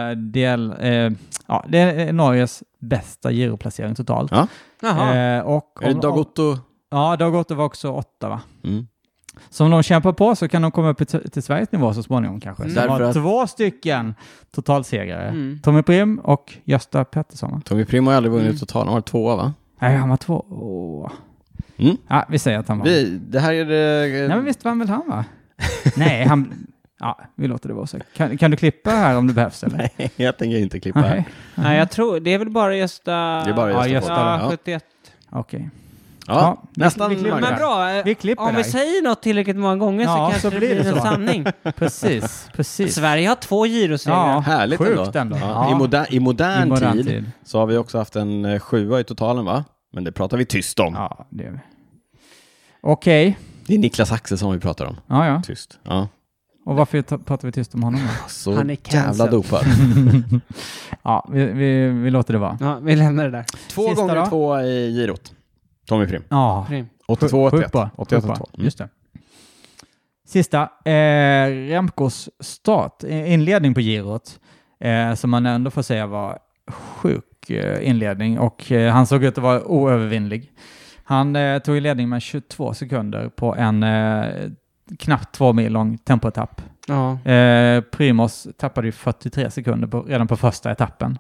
det är Norges bästa giroplacering totalt. Ja. Och är det Dag Otto? Ja, Dag Otto var också 8 va? Så om de kämpar på så kan de komma upp till Sveriges nivå så småningom kanske. De har 2 stycken totalsegrare. Tommy Prim och Gösta Pettersson. Tommy Prim har aldrig vunnit total. Han var 2 va? Nej, han var 2. Ja, vi säger att han var. Det här är det... Nej, men visst vann väl han va? Nej, han... Ja, vi låter det vara så. Kan du klippa här om det behövs eller? Nej, jag tänker inte klippa här. Nej, jag tror... Det är väl bara Gösta... Det är bara Gösta. 71. Okej. Ja, nästan. Men bra, om vi säger något tillräckligt många gånger så kanske det blir en sanning. Precis. Sverige har 2 girosegrar. Ja, härligt ändå. Ja. I modern tid så har vi också haft en 7 i totalen va? Men det pratar vi tyst om. Ja, det är vi. Okej. Det är Niklas Axelsson vi pratar om. Ja. Tyst. Ja. Och varför pratar vi tyst om honom då? Så han är jävla dopad. Ja, vi låter det vara. Ja, vi lämnar det där. 2 gånger 2 i girot. Tommy Prim. Ja. 82-81. Just det. Sista. Remcos start. Inledning på girot. Som man ändå får säga var sjuk inledning. Och han såg ut att vara oövervinnlig. Han tog i ledning med 22 sekunder på en knappt 2 mil lång tempoetapp. Ja. Primoz tappade ju 43 sekunder redan på första etappen.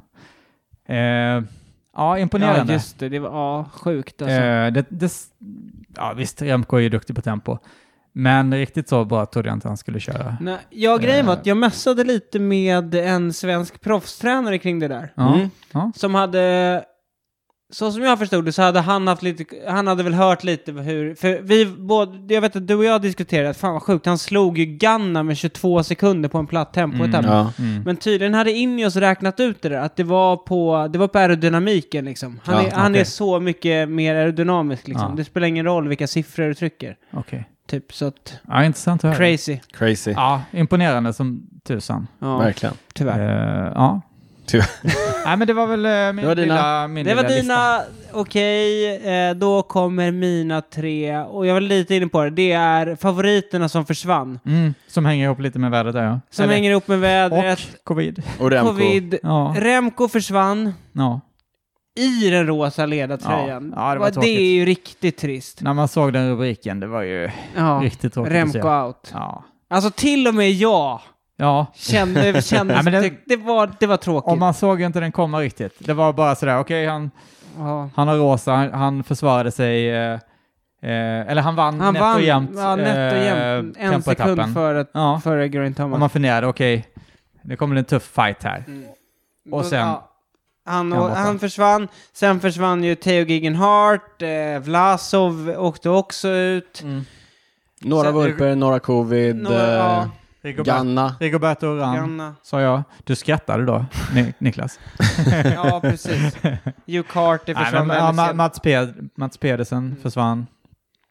Ja, imponerande. Ja, just det. Det var sjukt alltså. Visst, Remco är ju duktig på tempo. Men riktigt så bra trodde jag inte han skulle köra. Nej, grejen var att jag mässade lite med en svensk proffstränare kring det där. Som hade... Så som jag förstod det så hade han hade väl hört lite hur, för jag vet att du och jag diskuterade att fan vad sjukt, han slog ju Ganna med 22 sekunder på en platt tempoetapp. Men tydligen hade Ineos räknat ut det där, att det var på aerodynamiken liksom. Han är så mycket mer aerodynamisk liksom. Det spelar ingen roll vilka siffror du trycker. Typ så att... Ja, intressant att höra. Crazy. Ja, imponerande som tusan. Ja, verkligen. Tyvärr. Nej, men det var väl min lista. Okej, då kommer mina 3. Och jag var lite inne på det. Det är favoriterna som försvann. Som hänger ihop lite med vädret där, ja. Som hänger ihop med vädret. Och covid. Och Remco. Remco försvann. Ja. I den rosa ledartröjan. Ja, det var tråkigt. Det är ju riktigt trist. När man såg den rubriken, det var ju riktigt tråkigt Remco att se. out. Ja. Alltså till och med jag kände det var tråkigt. Och man såg ju inte den komma riktigt. Det var bara sådär, okej, han har rosa, han försvarade sig eller han vann nätt och jämnt. Ja, nätt och jämnt. En sekund före Geraint Thomas. Och man funderade, okej, det kommer en tuff fight här. Och sen... Han försvann. Sen försvann ju Theo Gegenhardt. Vlasov åkte också ut. Några vurper, några covid. Ganna. Rigoberto Urán, sa jag. Du skrattade då, Niklas. Ja, precis. Hugh Carter försvann. Mats Pedersen försvann.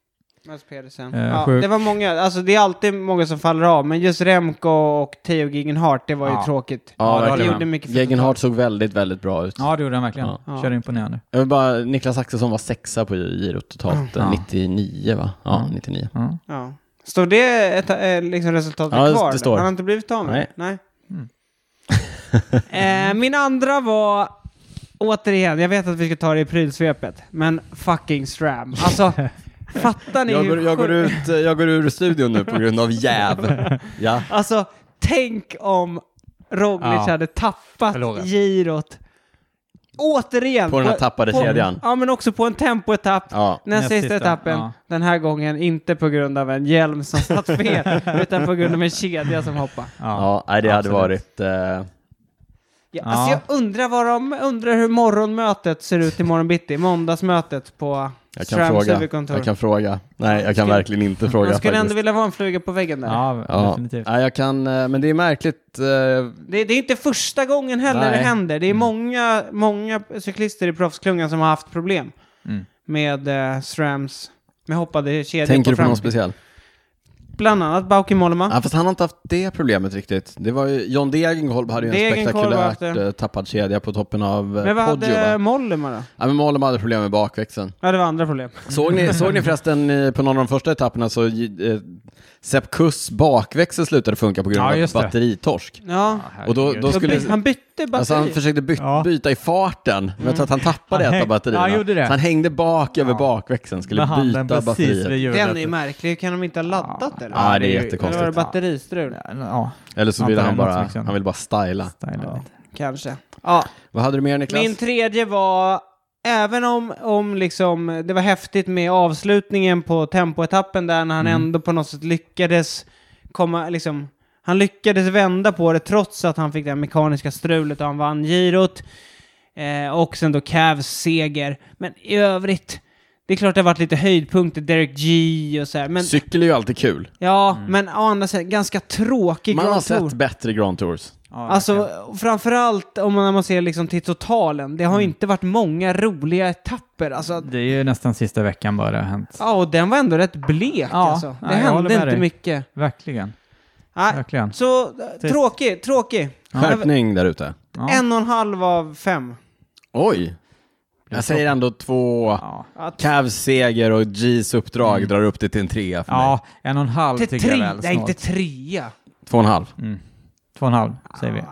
Mats Pedersen. Det var många, alltså det är alltid många som faller av, men just Remco och Theo Gegenhardt, det var ju tråkigt. Ja, det gjorde mycket. Gegenhardt såg väldigt, väldigt bra ut. Ja, det gjorde han verkligen. Körde imponerande. Jag vill bara, Niklas Axelsson var 6 på Giro totalt, 99 va? Ja, 99. Ja. Står det liksom resultatet kvar? Det står. Han har inte blivit av med? Nej. Min andra var, återigen, jag vet att vi ska ta det i prylsvepet, men fucking SRAM. Alltså, fattar ni jag går ur studion nu på grund av jäv. Ja. Alltså, tänk om Roglic hade tappat girot. Återigen. På den här tappade kedjan. Ja, men också på en tempoetapp. Näst sista etappen. Den här gången inte på grund av en hjälm som satt fel, utan på grund av en kedja som hoppade. Det hade varit... Alltså jag undrar hur morgonmötet ser ut imorgon bitti. Måndagsmötet på Strams huvudkontor. Jag kan fråga. Nej, jag kan verkligen inte fråga. Jag skulle ändå vilja vara en fluga på väggen där. Ja, definitivt. Nej, jag kan, men det är märkligt. Det är inte första gången heller det händer. Det är många cyklister i proffsklungan som har haft problem med SRAMs, med hoppade kedjor. Tänker du på någon speciell? Bland annat Bauke Mollema. Ja, fast han har inte haft det problemet riktigt. Det var ju, John Degenkolb hade ju en spektakulärt tappad kedja på toppen av Poggio. Men vad hade Mollema då? Ja, men Mollema hade problem med bakväxeln. Ja, det var andra problem. Såg ni förresten på någon av de första etapperna så Sepp Kuss bakväxel slutade funka på grund av batteritorsk. Ja. Och då skulle han bytte batteri. Alltså han försökte byta i farten. Men jag tror att han tappade ett av batterierna. Ja, gjorde det. Så han hängde bak över bakväxeln. Skulle byta batterier. Den är märklig. Kan de inte ha laddat det? Ja, det är jättekonstigt. Eller var det batteristrul? Ja. Eller så ville han vill bara styla. Kanske. Ja. Vad hade du mer, Niklas? Min tredje var, även om liksom det var häftigt med avslutningen på tempoetappen där, när han ändå på något sätt lyckades komma, liksom, han lyckades vända på det trots att han fick det här mekaniska strulet och han vann girot. Och sen då Cavs seger. Men i övrigt, det är klart det har varit lite höjdpunkter, Derek G och så här. Men cykel är ju alltid kul. Ja, men å andra sidan ganska tråkig Man Grand Tour. Man har sett bättre Grand Tours. Ja, alltså framförallt när man ser liksom till totalen. Det har inte varit många roliga etapper. Alltså, det är ju nästan sista veckan bara det har hänt. Ja, och den var ändå rätt blek. Alltså. Det hände inte mycket. Verkligen. Nej, verkligen. Så tråkig. Skärpning där ute. 1,5 av 5. Oj. Jag säger ändå 2. Cavs seger och G's uppdrag drar upp det till en 3 för mig. 1,5 tycker jag väl. Det är inte 3. 2,5. 2,5 säger vi.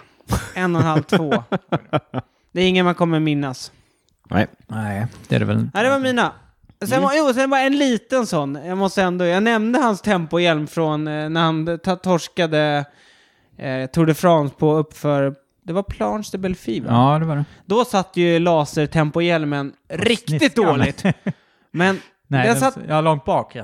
1,5, 2. Det är ingen man kommer minnas. Nej, det är det väl. Nej, det var mina. Sen var en liten sån. Jag nämnde hans tempohjälm från när han torskade Tour de France på uppför. Det var Planche de Belfi, va? Ja, det var det. Då satt ju lasertempohjälmen riktigt dåligt. Men den satt långt bak.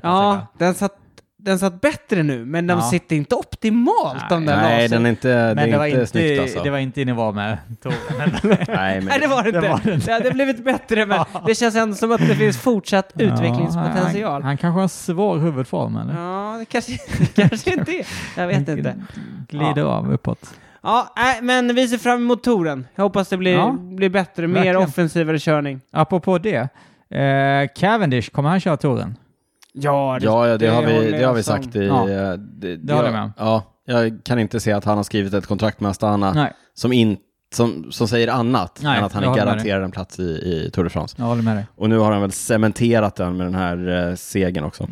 Den satt bättre nu, men den sitter inte optimalt. Nej, den är inte, men det är inte snyggt alltså. Det var inte inne var med Nej, det var det inte. Det hade blivit bättre, men det känns ändå som att det finns fortsatt utvecklingspotential. Han kanske har svår huvudform, eller? Ja, det kanske inte är. Jag vet inte. Glider av uppåt. Ja, men vi ser fram emot touren. Jag hoppas det blir bättre, mer offensivare körning. Apropå det, Cavendish, kommer han köra touren? Ja, det har vi sagt i... Det håller jag med. Ja, jag kan inte se att han har skrivit ett kontrakt med Astana som säger annat än att han är garanterad en plats i Tour de France. Jag håller med dig. Och nu har han väl cementerat den med den här segern också.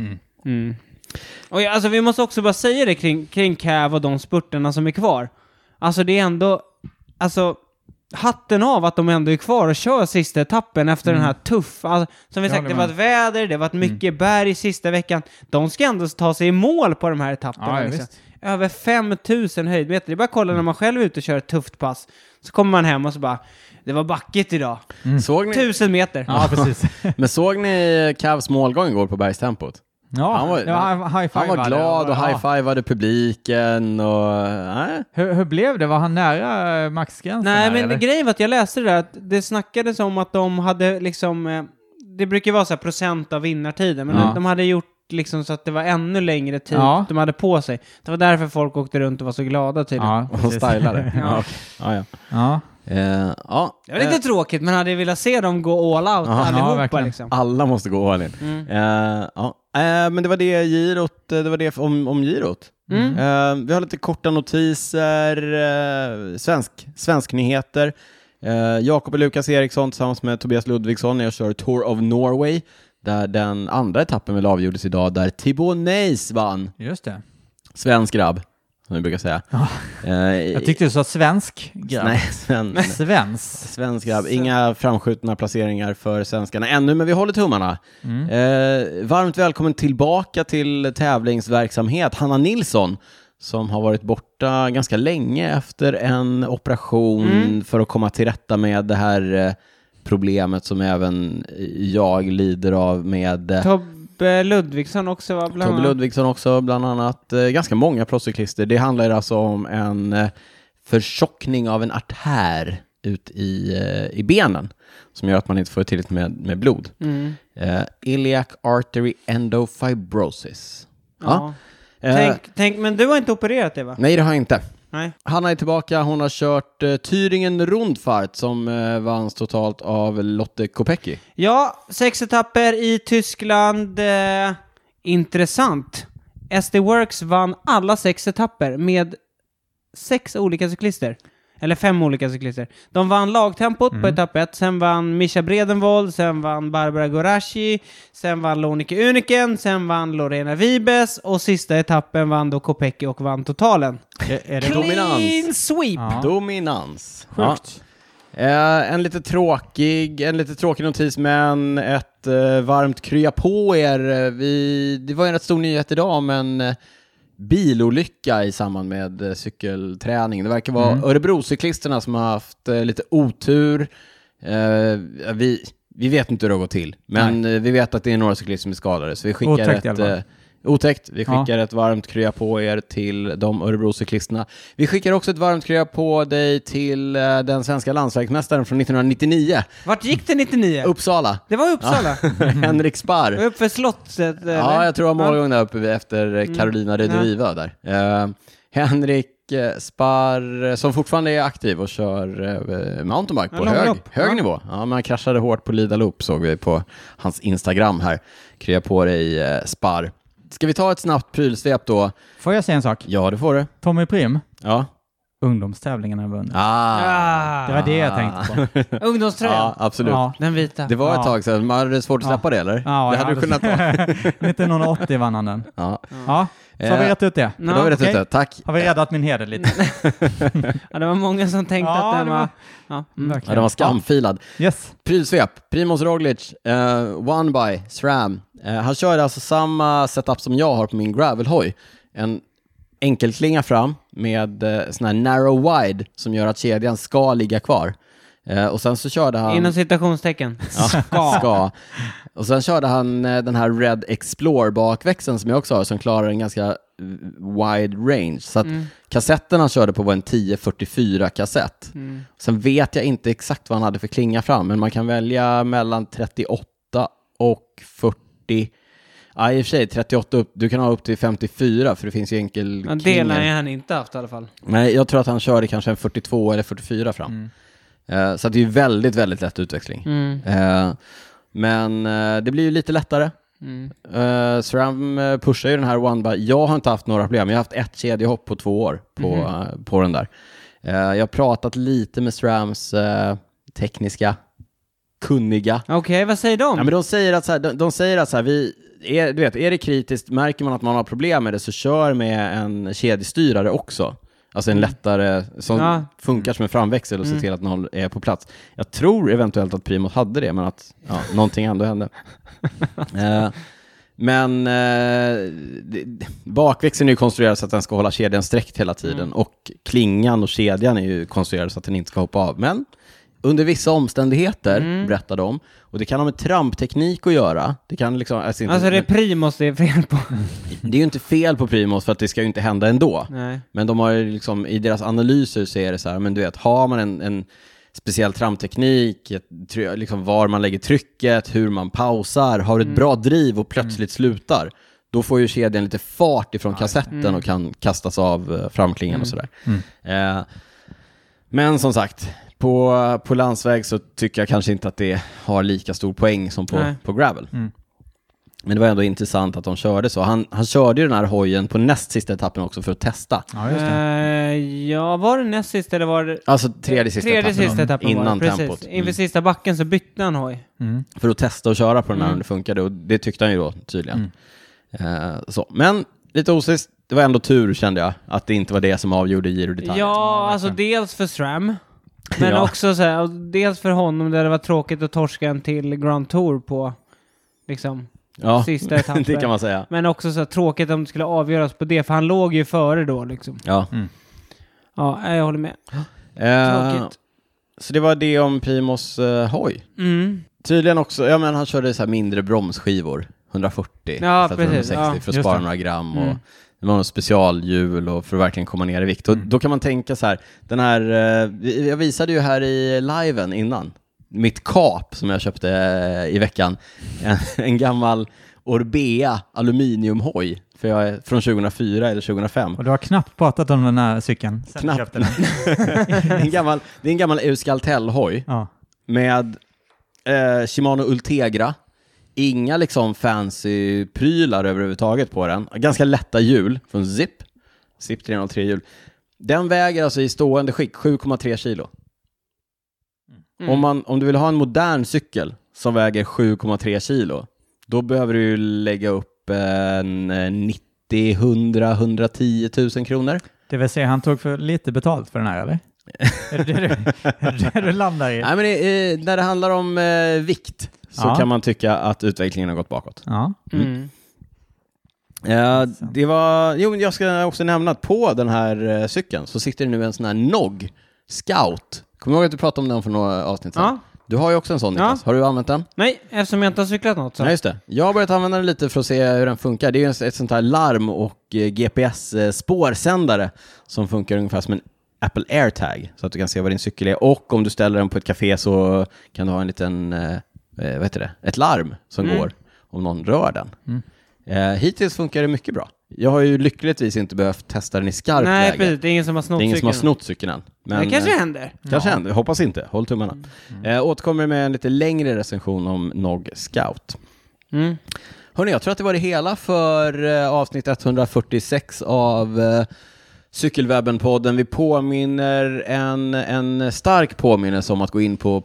Och alltså, vi måste också bara säga det kring Cav och de spurterna som är kvar. Alltså det är ändå... Alltså, hatten av att de ändå är kvar och kör sista etappen efter den här tuffa... Alltså, som vi sagt, det var ett väder, det var ett mycket berg sista veckan. De ska ändå ta sig i mål på de här etapperna. Liksom. Över 5000 höjdmeter. Det är bara att kolla när man själv är ute och kör ett tufft pass. Så kommer man hem och så bara... Det var backigt idag. Såg ni... 1000 meter. Ja, precis. Men såg ni Cavs målgång igår på bergstempot? Ja, han var glad och high-fivade publiken och... Hur blev det? Var han nära maxgränsen? Nej, men grejen var att jag läste det där att det snackades om att de hade liksom... Det brukar vara så här procent av vinnartiden, men de hade gjort liksom så att det var ännu längre tid de hade på sig. Det var därför folk åkte runt och var så glada tydligen. Ja, och stylade. Det var lite tråkigt, men hade jag velat se dem gå all out allihopa. Liksom. Alla måste gå all in. Men det var det girot. Det var det om girot. Vi har lite korta notiser. Svensk nyheter. Jakob och Lukas Eriksson tillsammans med Tobias Ludvigsson när jag kör Tour of Norway. Där den andra etappen väl avgjordes idag. Där Thibaut Neis vann. Just det. Svensk grabb, som vi brukar säga. Jag tyckte du sa svensk grabb. Nej, svensk grabb. Inga framskjutna placeringar för svenskarna ännu, men vi håller tummarna. Varmt välkommen tillbaka till tävlingsverksamhet. Hanna Nilsson, som har varit borta ganska länge efter en operation för att komma till rätta med det här problemet som även jag lider av med... Tobbe Ludvigsson också bland annat. Ganska många proffscyklister. Det handlar alltså om en förtjockning av en artär ut i benen som gör att man inte får tillräckligt med blod. Iliac artery endofibrosis. Ja. Tänk, men du har inte opererat det, va? Nej, det har jag inte. Nej. Hanna är tillbaka. Hon har kört Thüringen Rundfahrt som vanns totalt av Lotte Kopecky. Ja, 6 etapper i Tyskland. Intressant. SD Works vann alla 6 etapper med 6 olika cyklister. Eller 5 olika cyklister. De vann lagtempot på etapp 1. Sen vann Mischa Bredenvold. Sen vann Barbara Gorashi. Sen vann Lonike Uniken. Sen vann Lorena Vibes. Och sista etappen vann då Kopecky och vann totalen. Är det Clean sweep! Ja. Dominans. Sjukt. Ja. En lite tråkig notis, men ett varmt krya på er. Det var en rätt stor nyhet idag om en bilolycka i samband med cykelträning. Det verkar vara Örebro-cyklisterna som har haft lite otur. Vi vet inte hur det går till, men vi vet att det är några cyklister som är skadade, så vi skickar otäckt. Vi skickar ett varmt krya på er till de Örebro-cyklisterna. Vi skickar också ett varmt krya på dig till den svenska landsvägsmästaren från 1999. Vart gick det 99? Uppsala. Det var Uppsala. Henrik Sparr. Uppe för slottet, eller? Ja, jag tror det var målgång där uppe efter Carolina Rediviva där. Henrik Sparr, som fortfarande är aktiv och kör mountainbike på hög nivå. Ja, man kraschade hårt på Lida Loop, såg vi på hans Instagram här. Krya på dig, Sparr. Ska vi ta ett snabbt prylsvep då? Får jag säga en sak? Ja, det får du. Tommy Prim. Ja. Ungdomstävlingarna har vunnit. Det var det jag tänkte på. Ungdomströjan. Ja, absolut. Ja. Den vita. Det var ett tag sedan. Man hade svårt att släppa det, eller? Ja, det hade du kunnat ta. 1980 vann han den. Ja. Så har vi rätt ut det. Då har vi rätt ut det. Tack. Har vi räddat min heder lite? Det var många som tänkte att den var... Den var skamfilad. Yes. Prylsvep. Primoz Roglic. One by SRAM. Han kör alltså samma setup som jag har på min gravelhoj. En enkelklinga fram med sån här narrow wide som gör att kedjan ska ligga kvar. Och sen så körde han... Inom citationstecken. Ska. Och sen körde han den här Red Explore bakväxeln som jag också har, som klarar en ganska wide range. Så att kassetten han körde på var en 1044 kassett. Sen vet jag inte exakt vad han hade för klinga fram, men man kan välja mellan 38 och 40. Ja, i och för sig 38 upp. Du kan ha upp till 54, för det finns ju enkel klingor. Det har han inte haft i alla fall. Nej, jag tror att han körde kanske en 42 eller 44 fram. Så det är ju väldigt, väldigt lätt utväxling. Men det blir ju lite lättare. SRAM pushar ju den här one by. Jag har inte haft några problem. Jag har haft ett kedjehopp på 2 år på den där. Jag har pratat lite med SRAMs tekniska kunniga. Okej, vad säger de? Ja, men de säger att så här, är det kritiskt, märker man att man har problem med det, så kör med en kedjestyrare också. Alltså en lättare som funkar som en framväxel och ser till att någon är på plats. Jag tror eventuellt att Primoz hade det, men att någonting ändå hände. Men bakväxeln är ju konstruerad så att den ska hålla kedjan sträckt hela tiden. Och klingan och kedjan är ju konstruerad så att den inte ska hoppa av. Men under vissa omständigheter, berättar de, och det kan ha med trampteknik att göra. Det kan liksom, alltså det är Primoz det är fel på. Det är ju inte fel på Primoz, för att det ska ju inte hända ändå. Nej. Men de har ju liksom, i deras analyser så är det så här, men du vet, har man en speciell trampteknik, liksom var man lägger trycket, hur man pausar, har ett bra driv och plötsligt slutar, då får ju kedjan lite fart ifrån kassetten och kan kastas av framklingen och sådär. Men som sagt, På landsväg så tycker jag kanske inte att det har lika stor poäng som på gravel. Men det var ändå intressant att de körde så. Han körde ju den här hojen på näst sista etappen också för att testa. Ja, just det. Var det näst sista eller var det... Alltså tredje sista etappen innan tempot. Inför sista backen så bytte han hoj. För att testa och köra på den här om det funkade. Och det tyckte han ju då tydligen. Så. Men lite osist. Det var ändå tur, kände jag, att det inte var det som avgjorde Giro d'Italia. Ja, alltså dels för SRAM. Men också så här, dels för honom där det var tråkigt att torska en till Grand Tour på liksom sista etappen. Det kan man säga. Men också så här, tråkigt om det skulle avgöras på det, för han låg ju före då liksom. Ja. Ja, jag håller med. Tråkigt. Så det var det om Primos hoj. Tydligen också, men han körde så här mindre bromsskivor. 140 precis. 160 för att spara några gram och det var något specialhjul och för att verkligen komma ner i vikt. Och då kan man tänka så här, den här, jag visade ju här i liven innan, mitt kap som jag köpte i veckan, en gammal Orbea aluminiumhoj för jag är från 2004 eller 2005. Och du har knappt pratat om den här cykeln sen knappt. Köpte den. Det är en gammal Euskaltel-hoj med Shimano Ultegra. Inga liksom fancy prylar överhuvudtaget på den. Ganska lätta hjul från Zip 303 hjul. Den väger alltså i stående skick 7,3 kilo. Om du vill ha en modern cykel som väger 7,3 kilo, då behöver du lägga upp 90, 100, 110 000 kronor. Det vill säga han tog för lite betalt för den här, eller? Är det du landar i? Nej, men när det handlar om vikt så kan man tycka att utvecklingen har gått bakåt. Det var, jag ska också nämna att på den här cykeln så sitter det nu en sån här NOG Scout. Kommer du ihåg att du pratade om den för några avsnitt sedan? Du har ju också en sån, Niklas. Har du använt den? Nej, eftersom jag inte har cyklat något. Så. Nej, just det. Jag har börjat använda den lite för att se hur den funkar. Det är ju ett sånt här larm- och GPS-spårsändare som funkar ungefär som en Apple AirTag, så att du kan se vad din cykel är. Och om du ställer den på ett café så kan du ha en liten, ett larm som går om någon rör den. Hittills funkar det mycket bra. Jag har ju lyckligtvis inte behövt testa den i skarpt läge. Nej, precis. Det är ingen som har snott cykeln. Det är ingen som har snott cykeln än. Men det kanske händer. Kanske händer. Hoppas inte. Håll tummarna. Återkommer med en lite längre recension om NOG Scout. Hörrni, jag tror att det var det hela för avsnitt 146 av Cykelwebben-podden. Vi påminner en stark påminnelse om att gå in på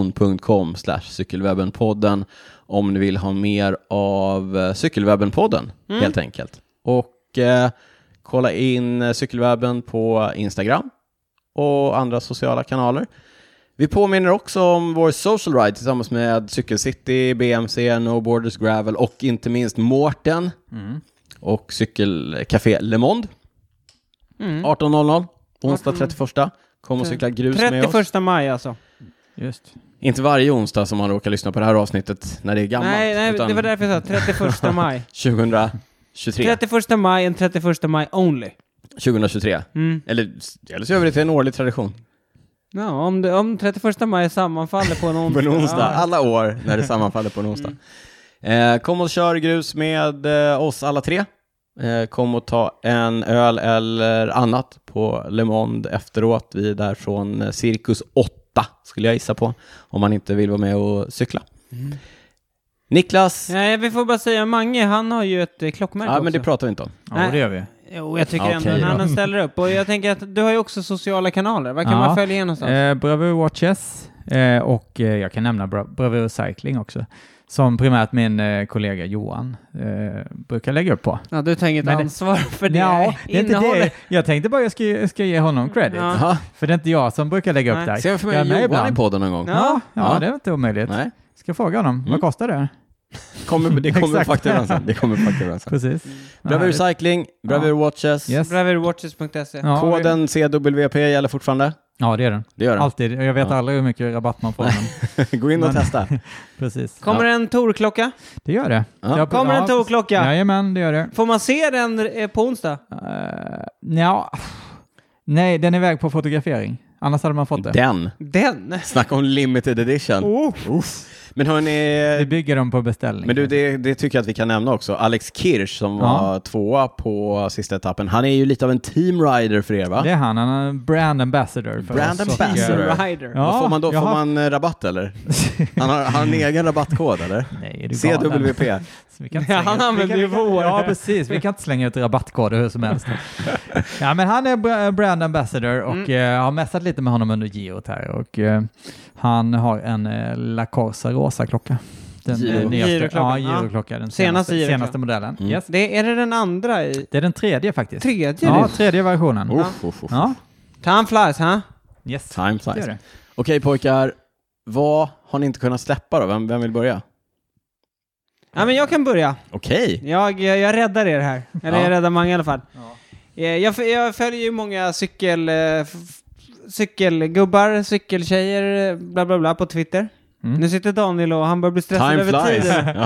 patreon.com/cykelwebbenpodden om ni vill ha mer av Cykelwebben-podden, helt enkelt. Och kolla in Cykelwebben på Instagram och andra sociala kanaler. Vi påminner också om vår social ride tillsammans med Cykelcity, BMC, No Borders Gravel och inte minst Mårten och Cykelcafé Le Monde. 18.00, onsdag 31. Kom och cykla grus med oss. 31 maj alltså. Just. Inte varje onsdag som man råkar lyssna på det här avsnittet när det är gammalt. Nej, utan det var därför jag sa 31 maj. 2023. 31 maj, en 31 maj only. 2023. Eller så gör vi det till en årlig tradition. Ja, om 31 maj sammanfaller på en onsdag. På en onsdag, alla år när det sammanfaller på en onsdag. Kom och kör grus med oss alla tre. Kom och ta en öl eller annat på Le Monde efteråt. Vi är där från Cirkus 8 skulle jag gissa på, om man inte vill vara med och cykla. Niklas? Nej, vi får bara säga Mange, han har ju ett klockmärke också. Men det pratar vi inte om. Ja, det gör vi. Jo, jag tycker ändå när han ställer upp. Och jag tänker att du har ju också sociala kanaler. Vad kan man följa någonstans? Bravur Watches och jag kan nämna Bravur Cycling också. Som primärt min kollega Johan brukar lägga upp på. Ja, du tänker ett ansvar för det. Ja, det är inte det. Jag tänkte bara jag ska ge honom credit. Ja. För det är inte jag som brukar lägga upp där. Ser vi för mig Johan i podden någon gång? Ja, det är inte omöjligt. Nej. Ska fråga honom, vad kostar det? Det kommer fakturan sen. Precis. Bravur Cycling, Bravur Watches. Yes. Bravurwatches.se. Koden CWP gäller fortfarande. Ja, det är den. Det gör den. Alltid. Jag vet aldrig hur mycket rabatt man får. Gå in och testa. Precis. Kommer en Torklocka? Det gör det. Ja. Kommer en Torklocka? Jajamän, det gör det. Får man se den på onsdag? Nej, den är iväg på fotografering. Annars hade man fått det. Den? Snacka om limited edition. Men hörni... Vi bygger dem på beställning. Men du, det tycker jag att vi kan nämna också. Alex Kirsch som var 2 på sista etappen. Han är ju lite av en teamrider för er, va? Det är han är en brand ambassador. Brand ambassador. Ja, vad får man då? Får man rabatt eller? Han har en egen rabattkod eller? Nej, du CWP. Han använder ju vår. Ja, precis. Vi kan inte slänga ut rabattkoder hur som helst. Ja, men han är brand ambassador och jag har mässat lite med honom under Girot här och han har en La Corsa rosa klocka. Den Giro-klocka. Den senaste modellen. Yes. Är det den andra i? Det är den 3:e faktiskt. Tredje versionen. Ja. Time flies, huh? Yes. Time flies. Okej, pojkar. Vad har ni inte kunnat släppa då? Vem vill börja? Ja, men jag kan börja. Okej. Jag räddar er här. Eller jag räddar många i alla fall. Ja. Jag följer ju många cykelgubbar, cykeltjejer, bla bla bla på Twitter. Nu sitter Daniel och han börjar bli stressad över tiden.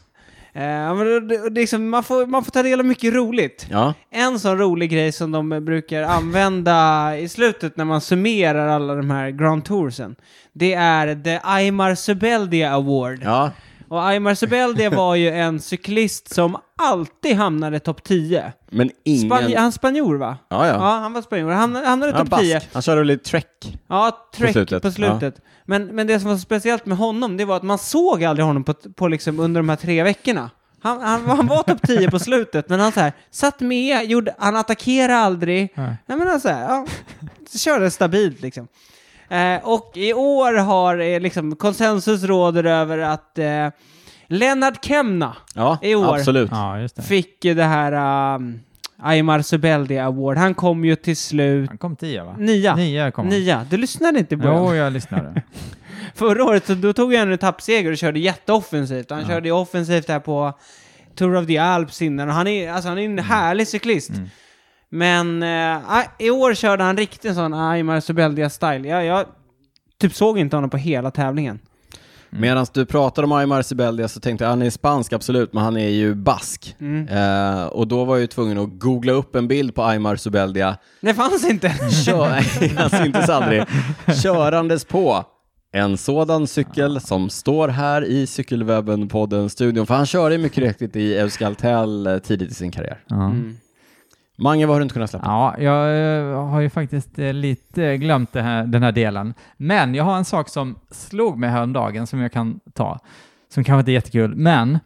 Men liksom, man får ta del av mycket roligt. Ja. En sån rolig grej som de brukar använda i slutet när man summerar alla de här Grand Toursen, det är The Aymar Zubeldia Award. Ja. Och Aymar Zubeldia var ju en cyklist som alltid hamnade topp 10. Men han spanjor, va? Ja, han var spanjor. Han hamnade topp 10. Han körde lite trek. Ja, trek på slutet. Ja. Men det som var speciellt med honom, det var att man såg aldrig honom på liksom under de här 3 veckorna. Han var topp 10 på slutet, men han så här, satt med, han attackerade aldrig. Nej, men han så här, körde stabilt liksom. Och i år har liksom konsensus råder över att Lennart Kemna i år absolut. Fick det här Aymar Zubeldia Award. Han kom ju till slut. Han kom 10, va? 9. Du lyssnade inte på Jo, jag lyssnade. Förra året så då tog han en etappseger och körde jätteoffensivt. Han körde offensivt här på Tour of the Alps innan. Och han är en härlig cyklist. Men i år körde han riktigt sån Aymar Zubeldia style. Jag typ såg inte honom på hela tävlingen. Medan du pratade om Aymar Zubeldia så tänkte jag, han är spansk absolut, men han är ju bask. Och då var jag ju tvungen att googla upp en bild på Aymar Zubeldia. Det fanns inte. Han syntes aldrig. Körandes på en sådan cykel som står här i Cykelwebben-podden studion. För han körde mycket riktigt i Euskaltel tidigt i sin karriär. Mange, vad har du inte kunnat släppa? Ja, jag har ju faktiskt lite glömt den här delen. Men jag har en sak som slog mig häromdagen som jag kan ta. Som kanske inte är jättekul. Men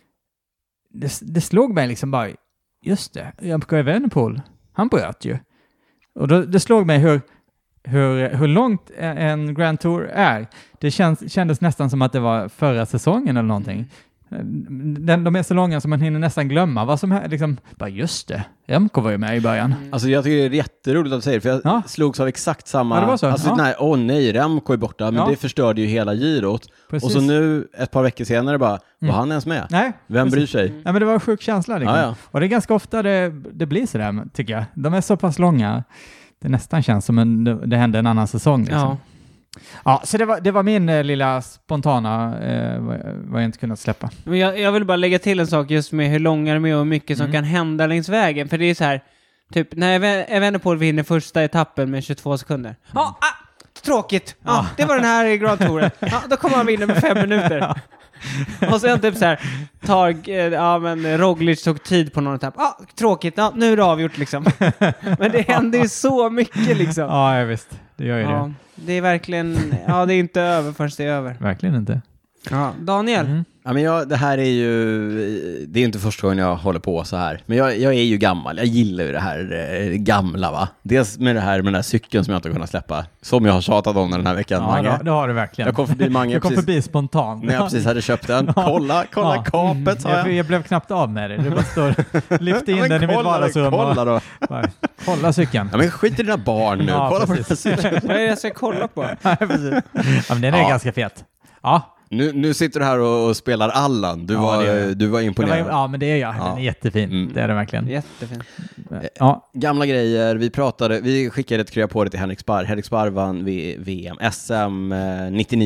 det slog mig liksom bara, just det, Remco Evenepoel, han bröt ju. Och det slog mig hur långt en Grand Tour är. Det kändes nästan som att det var förra säsongen eller någonting. De är så långa som man hinner nästan glömma vad som är liksom, bara just det, Remco var ju med i början. Alltså jag tycker det är jätteroligt att säga det, för jag slogs av exakt samma. Det var så. Alltså nej, Remco är borta, men det förstörde ju hela girot. Precis. Och så nu ett par veckor senare bara, var han ens med? Nej. Vem bryr sig? Nej, men det var en sjuk känsla liksom. Och det är ganska ofta det blir så där, tycker jag. De är så pass långa. Det nästan känns som det hände en annan säsong liksom. Ja, så det var min lilla spontana vad jag inte kunnat släppa. Men jag vill bara lägga till en sak just med hur långa de är och hur mycket som kan hända längs vägen. För det är så här, typ när Evenepoel vinner första etappen med 22 sekunder. Tråkigt. Det var den här Grand Touren. Då kommer han vinna med 5 minuter. Och sen typ så här men Roglic tog tid på någon etapp. Tråkigt. Nu är det avgjort liksom. Men det händer ju så mycket liksom. Ja, visst. Det gör ju det. Det är verkligen, det är inte över förrän det är över. Verkligen inte. Ja, Daniel. Ja, men det här är ju, det är inte första gången jag håller på så här. Men jag är ju gammal. Jag gillar ju det här gamla, va? Dels med det här med den här cykeln som jag inte kunnat släppa. Som jag har tjatat om den här veckan. Ja, det har du verkligen. Jag kom förbi Mange. Jag kom förbi spontant. När jag precis hade köpt den. Kolla kapet, sa jag. Jag blev knappt av med det. Det bara står, lyfte in den i mitt vardagsrum. Kolla då. Kolla cykeln. Ja, men skit i dina barn nu. Kolla på den cykeln. Vad är det jag ska kolla på? Ja, men den är ganska fet. Ja. Nu sitter du här och spelar Allan. Du var imponerad. Ja, men det är jag. Den är jättefin. Det är det verkligen. Jättefin. Gamla grejer. Vi skickade ett krya på det till Henrik Sparr. Henrik Sparr vann VM SM 99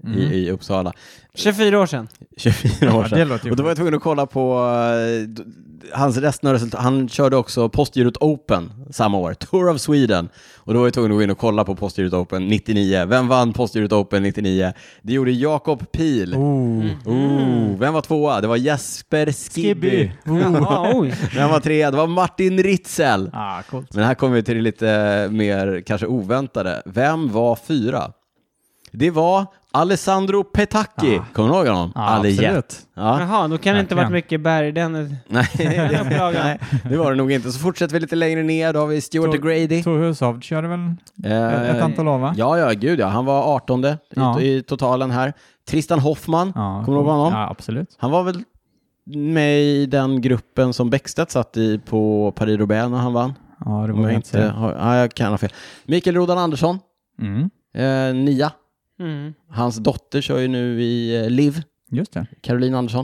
i Uppsala. 24 år sedan. 24 år sedan. Det låter ju Och då var jag tvungen att kolla på hans resten av resultat. Han körde också Postgirot Open samma år, Tour of Sweden. Och då var jag tvungen att gå in och kolla på Postgirot Open 99. Vem vann Postgirot Open 99? Det gjorde Jakob Pihl. Vem var tvåa? Det var Jesper Skibby. Vem var trea? Det var Martin Ritzel. Coolt. Men här kommer vi till det lite mer kanske oväntade. Vem var fyra? Det var Alessandro Petacchi. Kommer du ihåg honom? Absolut. Jaha, då kan det inte varit mycket berg. Nej, det var det nog inte. Så fortsätter vi lite längre ner. Då har vi Stuart Grady. Tor Hushovd körde väl ett antal år, va? Ja, gud ja. Han var 18 i totalen här. Tristan Hoffman. Kommer du ihåg honom? Ja, absolut. Han var väl med i den gruppen som Bäckstedt satt i på Paris-Roubaix när han vann. Ja, det var inte. Jag kan ha fel. Mikael Rodan Andersson. 9. Hans dotter kör ju nu i Liv. Just det. Caroline Andersson.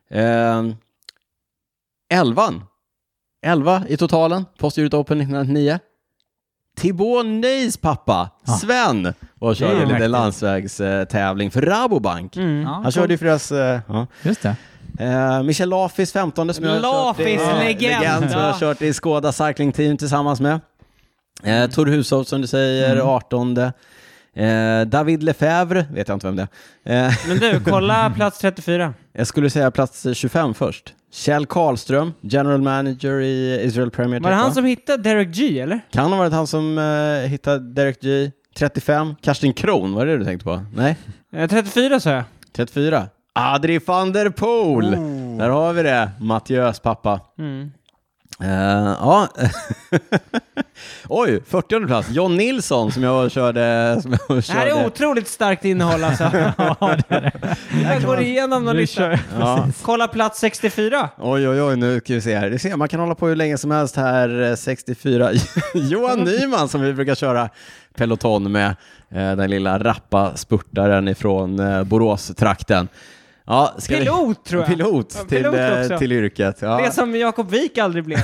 11 i totalen. Postgirot Open 1909. Thibaut Neys pappa, Sven, och körde lite landsvägstävling för Rabobank. Han körde ju för deras... Just det. Michel Lafis 15 som jag har kört i Skoda Cycling Team tillsammans med. Tor Hushovd som du säger, 18. David Lefebvre, vet jag inte vem det är. Men du, kolla plats 34. Jag skulle säga plats 25 först. Kjell Karlström, general manager i Israel Premier. Var det han som hittade Derek G, eller? Kan ha varit han som hittade Derek G. 35, Kerstin Kron, var det du tänkte på? Nej? 34 sa jag. 34. Adri van der Poel. Där har vi det. Mattias pappa. Ja. Oj, 40:e plats. John Nilsson som jag körde. Det här är otroligt starkt innehåll alltså. Jag går igenom någon lista. Kolla plats 64. Oj, nu kan vi se här. Det ser, man kan hålla på hur länge som helst här. 64. Johan Nyman som vi brukar köra peloton med. Den lilla rappa spurtaren ifrån Borås-trakten. Ja, pilot tror jag. Pilot till yrket. Ja. Det som Jakob Wik aldrig blev.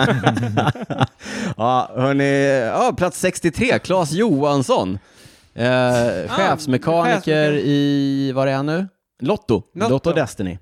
Ja, hörni, plats 63, Claes Johansson. Chefsmekaniker i, vad är han nu? Lotto Destiny.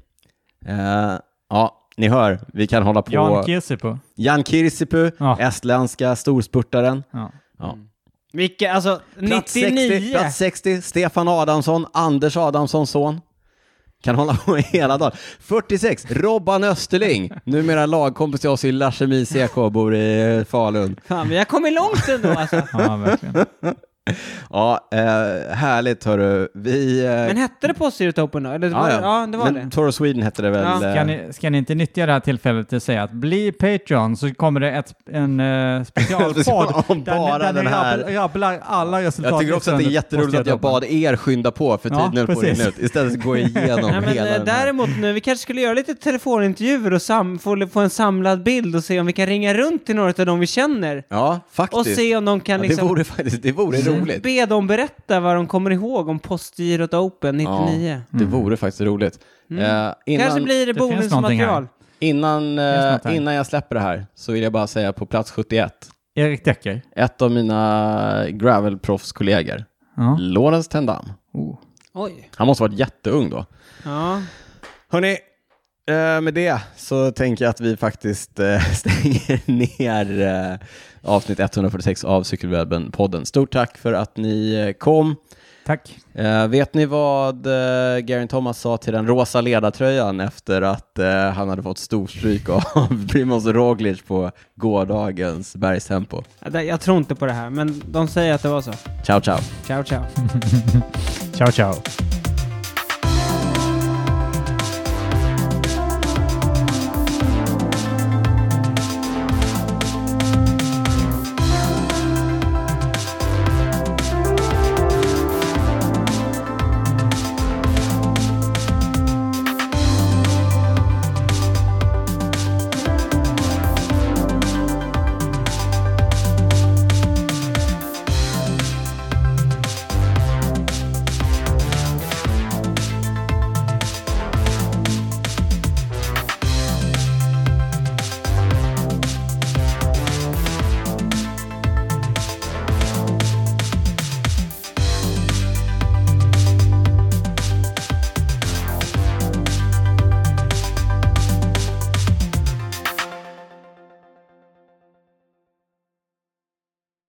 Ni hör, vi kan hålla på. Jan Kirsipu, estländska storspurtaren. Vilka, alltså, plats 99. Plats 60, Stefan Adamsson, Anders Adamssons son. Kan hålla på hela dagen. 46, Robban Österling. Numera lagkompis till oss i Larsemi CK, bor i Falun. Fan, vi har kommit långt ändå alltså. Ja, verkligen. Ja, härligt hörru. Men hette det Postgirot Open då? Eller ja, det var men det. Tour of Sweden hette det väl. Ja. Ska ni inte nyttja det här tillfället till att säga att bli Patreon, så kommer det en specialpodd där den här rabblar alla resultat. Jag tycker också att det är jätteroligt att jag bad er skynda på för tiden på det nu. Istället gå igenom hela. Däremot nu, vi kanske skulle göra lite telefonintervjuer och få en samlad bild och se om vi kan ringa runt till några av dem vi känner. Ja, faktiskt. Och se om de kan liksom... Det vore roligt. Be dem berätta vad de kommer ihåg om Postgirot Open 99. Ja, det vore faktiskt roligt. Kanske blir det bonusmaterial. Innan jag släpper det här så vill jag bara säga på plats 71. Erik Decker. Ett av mina gravelproffskollegor. Lorentz Tendam. Oj. Han måste ha varit jätteung då. Ja. Hörrni, med det så tänker jag att vi faktiskt stänger ner avsnitt 146 av Cykelwebben-podden. Stort tack för att ni kom. Tack. Vet ni vad Geraint Thomas sa till den rosa ledartröjan efter att han hade fått storstryk av Primoz Roglic på gårdagens bergstempo? Jag tror inte på det här, men de säger att det var så. Ciao, ciao. Ciao, ciao. Ciao, ciao.